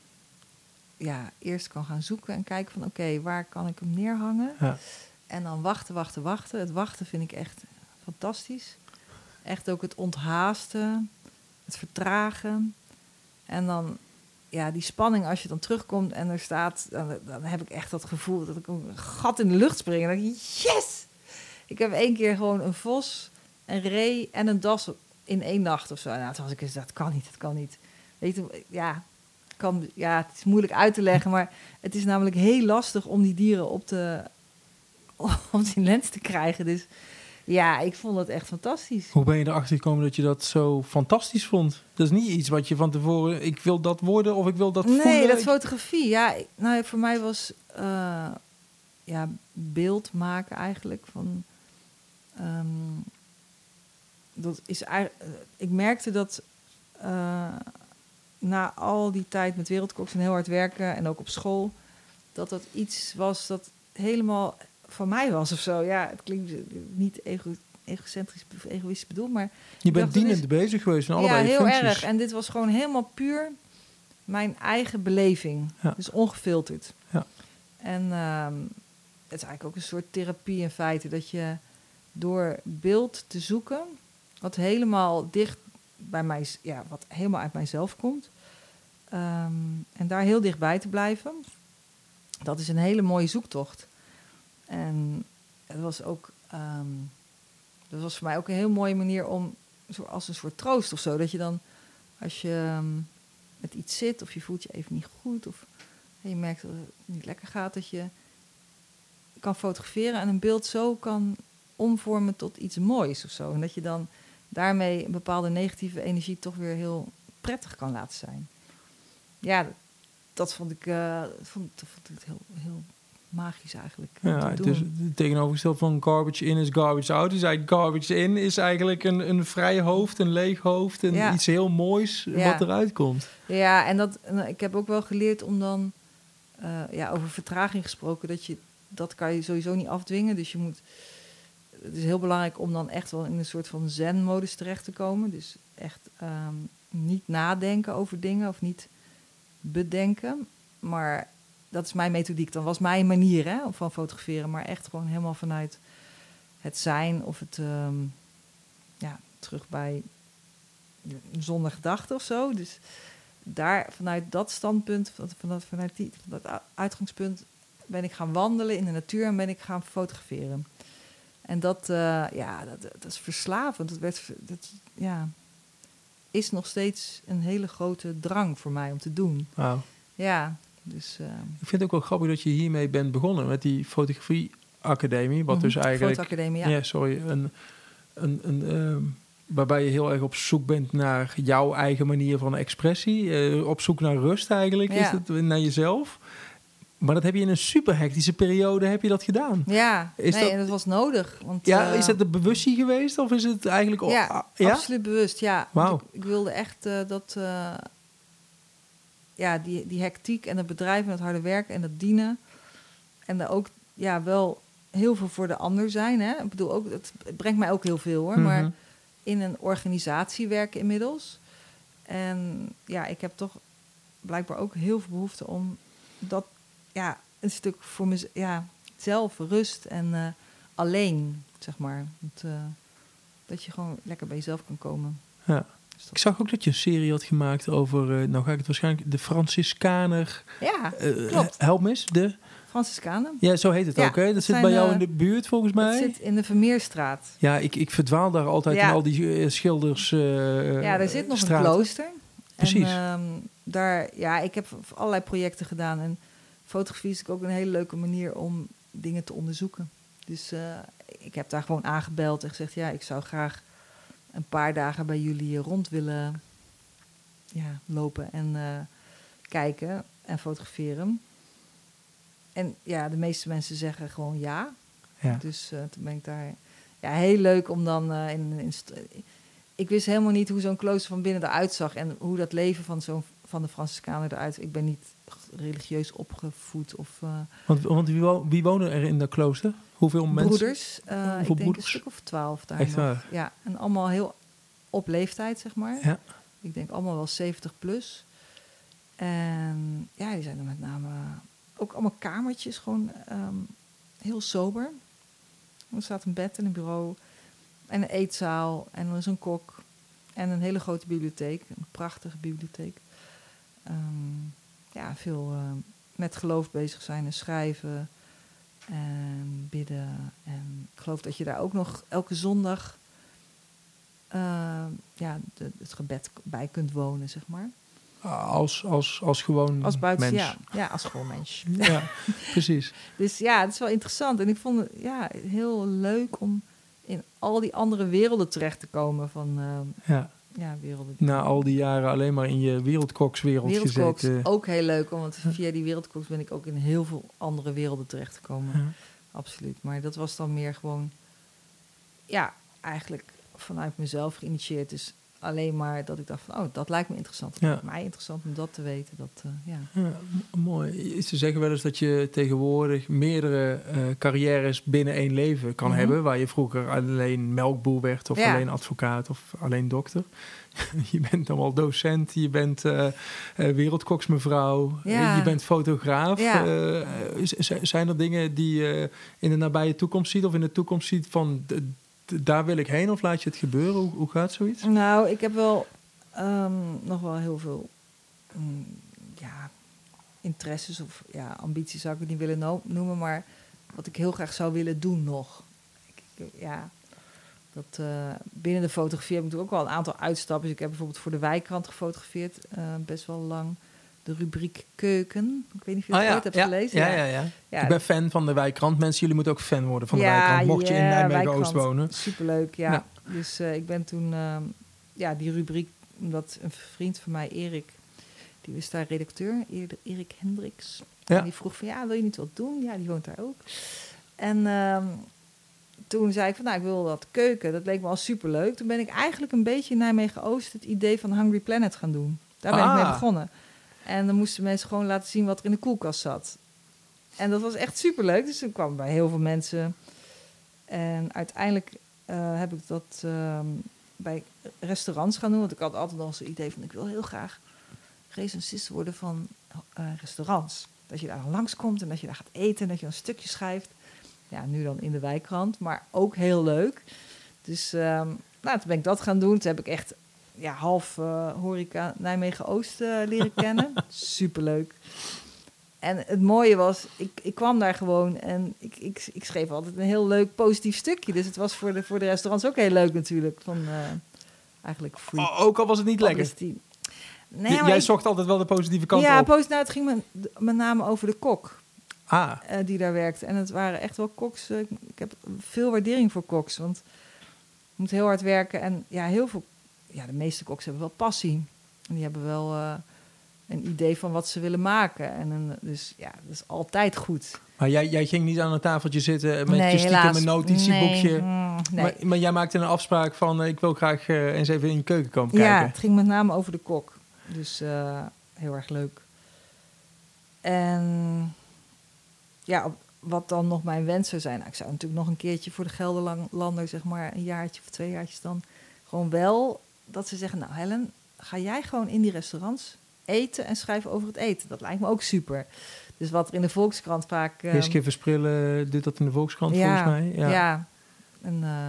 ja, eerst kan gaan zoeken en kijken van... oké, okay, waar kan ik hem neerhangen? Ja. En dan wachten, wachten, wachten. Het wachten vind ik echt fantastisch. Echt ook het onthaasten, het vertragen. En dan, ja, die spanning als je dan terugkomt en er staat... dan, dan heb ik echt dat gevoel dat ik een gat in de lucht spring. En dan denk ik, yes! Ik heb één keer gewoon een vos, een ree en een das in één nacht of zo. Nou, toen was ik eens, dat kan niet, dat kan niet. Weet je, ja... Kan, ja, het is moeilijk uit te leggen, maar het is namelijk heel lastig om die dieren op de op die lens te krijgen. Dus ja, ik vond het echt fantastisch. Hoe ben je erachter gekomen dat je dat zo fantastisch vond? Dat is niet iets wat je van tevoren, ik wil dat worden of ik wil dat nee, voelen. Nee, dat fotografie, ja, nou voor mij was uh, ja beeld maken eigenlijk van. Um, dat is eigenlijk. Ik merkte dat. Uh, na al die tijd met Wereldkoks en heel hard werken en ook op school, dat dat iets was dat helemaal van mij was of zo. Ja, het klinkt niet ego, egocentrisch of egoïstisch bedoeld, maar... Je bent dienend is, bezig geweest in allebei ja, heel functies. erg. En dit was gewoon helemaal puur mijn eigen beleving. Ja. Dus ongefilterd. Ja. En um, het is eigenlijk ook een soort therapie in feite, dat je door beeld te zoeken, wat helemaal dicht bij mij, ja, wat helemaal uit mijzelf komt. Um, en daar heel dichtbij te blijven. Dat is een hele mooie zoektocht. En het was ook, um, dat was voor mij ook een heel mooie manier om, als een soort troost of zo, dat je dan, als je um, met iets zit of je voelt je even niet goed of je merkt dat het niet lekker gaat, dat je kan fotograferen en een beeld zo kan omvormen tot iets moois of zo. En dat je dan daarmee een bepaalde negatieve energie toch weer heel prettig kan laten zijn. Ja, dat vond ik, uh, vond, dat vond ik heel, heel magisch eigenlijk. Ja, het is het tegenovergestelde van garbage in is garbage out. Dus eigenlijk garbage in is eigenlijk een, een vrij hoofd, een leeg hoofd en ja. iets heel moois ja. wat eruit komt. Ja, en dat, en ik heb ook wel geleerd om dan, uh, ja, over vertraging gesproken, dat je, dat kan je sowieso niet afdwingen. Dus je moet, het is heel belangrijk om dan echt wel in een soort van zen-modus terecht te komen. Dus echt um, niet nadenken over dingen of niet bedenken. Maar dat is mijn methodiek. Dan was mijn manier hè, van fotograferen. Maar echt gewoon helemaal vanuit het zijn of het um, ja, terug bij zonder gedachten of zo. Dus daar vanuit dat standpunt, vanuit, vanuit, die, vanuit dat uitgangspunt, ben ik gaan wandelen in de natuur en ben ik gaan fotograferen. En dat, uh, ja, dat, dat is verslavend. Dat werd, dat, ja, is nog steeds een hele grote drang voor mij om te doen. Wow. Ja, dus... Uh, ik vind het ook wel grappig dat je hiermee bent begonnen met die fotografie-academie. Wat mm-hmm. dus eigenlijk... Fotoacademie, ja. Ja, sorry. Een, een, een, uh, waarbij je heel erg op zoek bent naar jouw eigen manier van expressie. Uh, op zoek naar rust eigenlijk, ja. Is het, naar jezelf. Maar dat heb je in een super hectische periode heb je dat gedaan. Ja, is nee, dat, en dat was nodig. Want, ja, uh, is het de bewustzijn geweest of is het eigenlijk... Op, ja, ah, ja, absoluut bewust, ja. Wow. Ik, ik wilde echt uh, dat... Uh, ja, die, die hectiek en het bedrijf en het harde werken en dat dienen. En dan ook, ja, wel heel veel voor de ander zijn. Hè? Ik bedoel, ook, het brengt mij ook heel veel hoor. Mm-hmm. Maar in een organisatie werken inmiddels. En ja, ik heb toch blijkbaar ook heel veel behoefte om dat, ja, een stuk voor mezelf, ja, zelf, rust en uh, alleen, zeg maar. Want, uh, dat je gewoon lekker bij jezelf kan komen. Ja. Ik zag ook dat je een serie had gemaakt over, uh, nou ga ik het waarschijnlijk, de Franciscaner. Ja, uh, klopt. Help me eens, de... Franciscaner. Ja, zo heet het ja, ook, hè? Dat, dat zit bij jou uh, in de buurt, volgens mij. Dat zit in de Vermeerstraat. Ja, ik, ik verdwaal daar altijd ja. in al die uh, schilders uh, Ja, er zit nog straten. een klooster. Precies. En, um, daar, ja, ik heb allerlei projecten gedaan. En fotografie is ook een hele leuke manier om dingen te onderzoeken. Dus uh, ik heb daar gewoon aangebeld en gezegd, ja, ik zou graag een paar dagen bij jullie rond willen ja, lopen en uh, kijken en fotograferen. En ja, de meeste mensen zeggen gewoon ja. ja. Dus uh, toen ben ik daar... Ja, heel leuk om dan uh, in, in... Ik wist helemaal niet hoe zo'n klooster van binnen eruit zag en hoe dat leven van, zo'n, van de Franciscanen eruit... Ik ben niet religieus opgevoed of... Uh, want want wie, wo- wie wonen er in dat klooster? Hoeveel mensen? Broeders. Uh, Hoeveel ik denk broeders? een stuk of twaalf daar Echt nog. waar? Ja, en allemaal heel op leeftijd, zeg maar. Ja. Ik denk allemaal wel zeventig plus. En ja, die zijn er met name... Ook allemaal kamertjes, gewoon um, heel sober. Er staat een bed en een bureau en een eetzaal en er is een kok en een hele grote bibliotheek, een prachtige bibliotheek. Um, ja, veel uh, met geloof bezig zijn en schrijven en bidden. En ik geloof dat je daar ook nog elke zondag uh, ja, de, het gebed bij kunt wonen, zeg maar. Als, als, als gewoon als buiten, mens. Ja, ja, als gewoon mens. Ja, precies. Dus ja, het is wel interessant. En ik vond het ja, heel leuk om in al die andere werelden terecht te komen van uh, ja. Ja, werelden. Na al die jaren alleen maar in je wereldkokswereld Wereldkoks, gezeten. Ook heel leuk, want via die wereldkoks ben ik ook in heel veel andere werelden terechtgekomen. Ja. Absoluut. Maar dat was dan meer gewoon, ja, eigenlijk vanuit mezelf geïnitieerd. Dus alleen maar dat ik dacht van, oh, dat lijkt me interessant. Dat ja. lijkt mij interessant om dat te weten. Dat, uh, ja. Ja, m- mooi. Ze zeggen wel eens dat je tegenwoordig meerdere uh, carrières binnen één leven kan mm-hmm. hebben. Waar je vroeger alleen melkboer werd of ja. alleen advocaat of alleen dokter. Je bent dan wel docent, je bent uh, uh, wereldkoksmevrouw, ja. je bent fotograaf. Ja. Uh, z- zijn er dingen die je in de nabije toekomst ziet of in de toekomst ziet van... De, daar wil ik heen of laat je het gebeuren? Hoe, hoe gaat zoiets? Nou, ik heb wel um, nog wel heel veel um, ja, interesses of ja, ambities zou ik het niet willen no- noemen, maar wat ik heel graag zou willen doen nog. Ik, ik, ja, dat, uh, binnen de fotografie heb ik natuurlijk ook wel een aantal uitstappen. Dus ik heb bijvoorbeeld voor de Wijkrant gefotografeerd, uh, best wel lang. De rubriek keuken. Ik weet niet of je het ah, ooit ja, hebt ja, gelezen. Ja, ja, ja. ja. Ik ben fan van de Wijkrant. Mensen, jullie moeten ook fan worden van de ja, Wijkrant. Mocht je yeah, in Nijmegen-Oost wonen. Superleuk, ja. ja. Dus uh, ik ben toen... Uh, ja, die rubriek... Omdat een vriend van mij, Erik... Die was daar redacteur. Erik Hendricks. Ja. En die vroeg van... Ja, wil je niet wat doen? Ja, die woont daar ook. En uh, toen zei ik van... Nou, ik wil dat keuken. Dat leek me al superleuk. Toen ben ik eigenlijk een beetje in Nijmegen-Oost... het idee van Hungry Planet gaan doen. Daar ben ah. ik mee begonnen. En dan moesten mensen gewoon laten zien wat er in de koelkast zat. En dat was echt superleuk. Dus toen kwam ik bij heel veel mensen. En uiteindelijk uh, heb ik dat uh, bij restaurants gaan doen. Want ik had altijd al zo'n idee van... ik wil heel graag recensist worden van uh, restaurants. Dat je daar dan langskomt en dat je daar gaat eten... en dat je een stukje schrijft. Ja, nu dan in de Wijkrant. Maar ook heel leuk. Dus uh, nou, toen ben ik dat gaan doen. Toen heb ik echt... ja, half uh, horeca Nijmegen-Oost uh, leren kennen. Superleuk. En het mooie was, ik, ik kwam daar gewoon en ik, ik, ik schreef altijd een heel leuk positief stukje. Dus het was voor de, voor de restaurants ook heel leuk natuurlijk. Van, uh, eigenlijk free. Oh, ook al was het niet lekker. Nee, J- jij ik, zocht altijd wel de positieve kant ja, op. Ja, nou, het ging met, met name over de kok. Ah. Uh, die daar werkte. En het waren echt wel koks. Uh, ik heb veel waardering voor koks. Want je moet heel hard werken. En ja, heel veel... Ja, de meeste koks hebben wel passie. En die hebben wel uh, een idee van wat ze willen maken. En een, dus ja, dat is altijd goed. Maar jij, jij ging niet aan een tafeltje zitten met nee, je stiekem helaas. een notitieboekje. Nee, mm, nee. Maar, maar jij maakte een afspraak van... Uh, ik wil graag uh, eens even in je keuken komen kijken. Ja, het ging met name over de kok. Dus uh, heel erg leuk. En ja, op, wat dan nog mijn wens zou zijn. Nou, ik zou natuurlijk nog een keertje voor de Gelderlander, zeg maar een jaartje of twee jaartjes dan gewoon wel dat ze zeggen, nou Helen, ga jij gewoon in die restaurants eten en schrijven over het eten. Dat lijkt me ook super. Dus wat er in de Volkskrant vaak... Um, Eerst keer Versprillen doet dat in de Volkskrant ja, volgens mij. Ja, ja. En uh,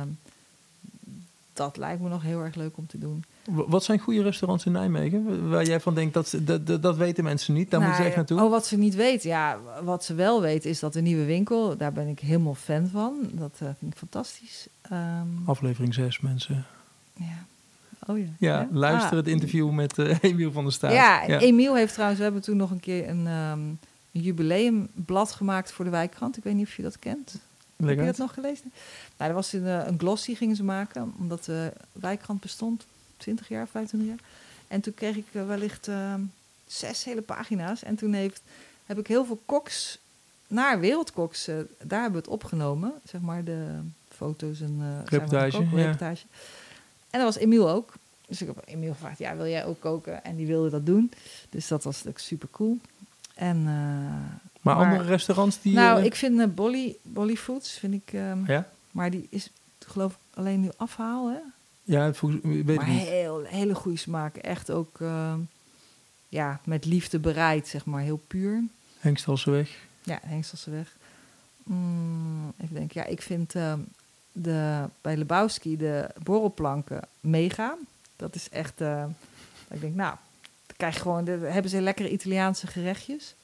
dat lijkt me nog heel erg leuk om te doen. Wat zijn goede restaurants in Nijmegen? Waar jij van denkt, dat, dat, dat, dat weten mensen niet. Daar nou, moeten ze echt naartoe. Oh, wat ze niet weten. Ja, wat ze wel weten is dat de nieuwe winkel, daar ben ik helemaal fan van. Dat uh, vind ik fantastisch. Um, Aflevering zes, mensen. Ja. Oh ja. Ja, ja? luister ah. het interview met uh, Emiel van der Staat. Ja, ja, Emiel heeft trouwens, we hebben toen nog een keer een, um, een jubileumblad gemaakt voor de Wijkkrant. Ik weet niet of je dat kent. Lekker. Heb je dat nog gelezen? Nou, dat was een, een glossy gingen ze maken, omdat de Wijkkrant bestond, twintig jaar, vijfentwintig jaar. En toen kreeg ik uh, wellicht uh, zes hele pagina's. En toen heeft, heb ik heel veel koks naar Wereldkoks, uh, daar hebben we het opgenomen. Zeg maar de foto's en uh, reportage. Kok, ja. reportage. En dat was Emiel ook. Dus ik heb Emiel gevraagd, ja, wil jij ook koken? En die wilde dat doen. Dus dat was ook super cool. En, uh, maar, maar andere restaurants die... Nou, uh, ik vind uh, Bolly, Bolly Foods, vind ik... Um, ja? Maar die is, geloof ik, alleen nu afhaal, hè? Ja, volgens, weet maar ik niet. heel, hele goede smaak. Echt ook, uh, ja, met liefde bereid, zeg maar. Heel puur. Hengstelseweg. Ja, Hengstelseweg. Mm, even denken. Ja, ik vind uh, de, bij Lebowski de borrelplanken mega. Dat is echt... Uh, ik denk, nou... krijg je gewoon, de, hebben ze lekkere Italiaanse gerechtjes.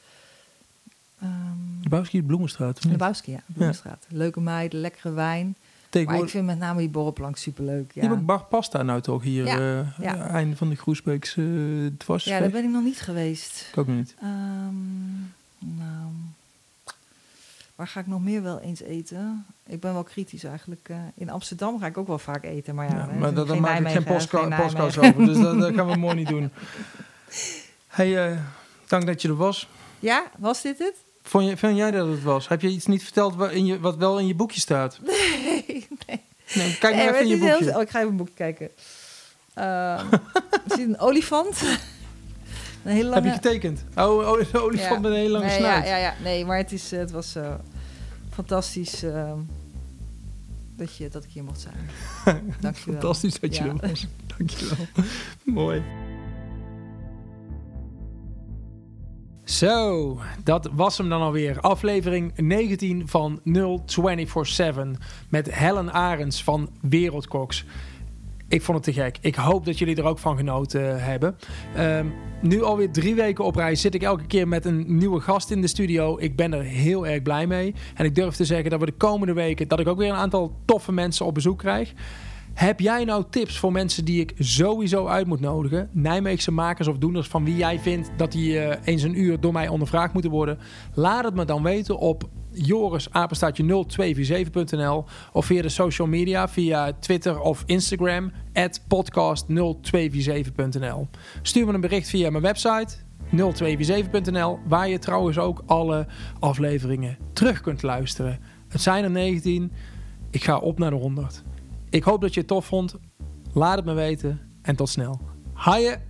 Um, Lebowski, Bloemenstraat. Lebowski, ja, Bloemenstraat. Ja. Leuke meiden, lekkere wijn. Maar ik vind met name die borrelplank superleuk. Ja. Je hebt ook Bar Pasta nou toch hier, ja, uh, ja. einde van de Groesbeeks uh, dwars. Ja, daar ben ik nog niet geweest. Ik ook niet. Um, nou, waar ga ik nog meer wel eens eten? Ik ben wel kritisch eigenlijk. Uh, in Amsterdam ga ik ook wel vaak eten, maar ja. ja hè, maar dan geen maak ik geen podcast postca- over, dus dat, dat gaan we mooi niet doen. Hey, uh, dank dat je er was. Ja, was dit het? Vond, je, vond jij dat het was? Heb je iets niet verteld wat, in je, wat wel in je boekje staat? Nee, nee. nee kijk maar nee, even in je boekje. Heel, oh, ik ga even een boekje kijken. Uh, zie je een olifant? Een hele lange... Heb je getekend? Oh, oh een olifant ja. met een hele lange nee, snuit. Ja, ja, ja, nee, maar het, is, het was uh, fantastisch uh, dat, je, dat ik hier mocht zijn. Dank je wel. Fantastisch dat je ja. er was. Dank je wel. Mooi. Zo, dat was hem dan alweer. Aflevering negentien van nul vierentwintig zeven met Helen Arends van Wereldkoks. Ik vond het te gek. Ik hoop dat jullie er ook van genoten hebben. Um, nu alweer drie weken op rij zit ik elke keer met een nieuwe gast in de studio. Ik ben er heel erg blij mee. En ik durf te zeggen dat we de komende weken... dat ik ook weer een aantal toffe mensen op bezoek krijg. Heb jij nou tips voor mensen die ik sowieso uit moet nodigen? Nijmeegse makers of doeners van wie jij vindt dat die uh, eens een uur door mij ondervraagd moeten worden? Laat het me dan weten op joris apenstaartje nul twee vier zeven punt n l of via de social media, via Twitter of Instagram, at podcast nul twee vier zeven punt n l. Stuur me een bericht via mijn website nul twee vier zeven punt n l, waar je trouwens ook alle afleveringen terug kunt luisteren. Het zijn er negentien. Ik ga op naar de honderd. Ik hoop dat je het tof vond. Laat het me weten en tot snel. Haaien!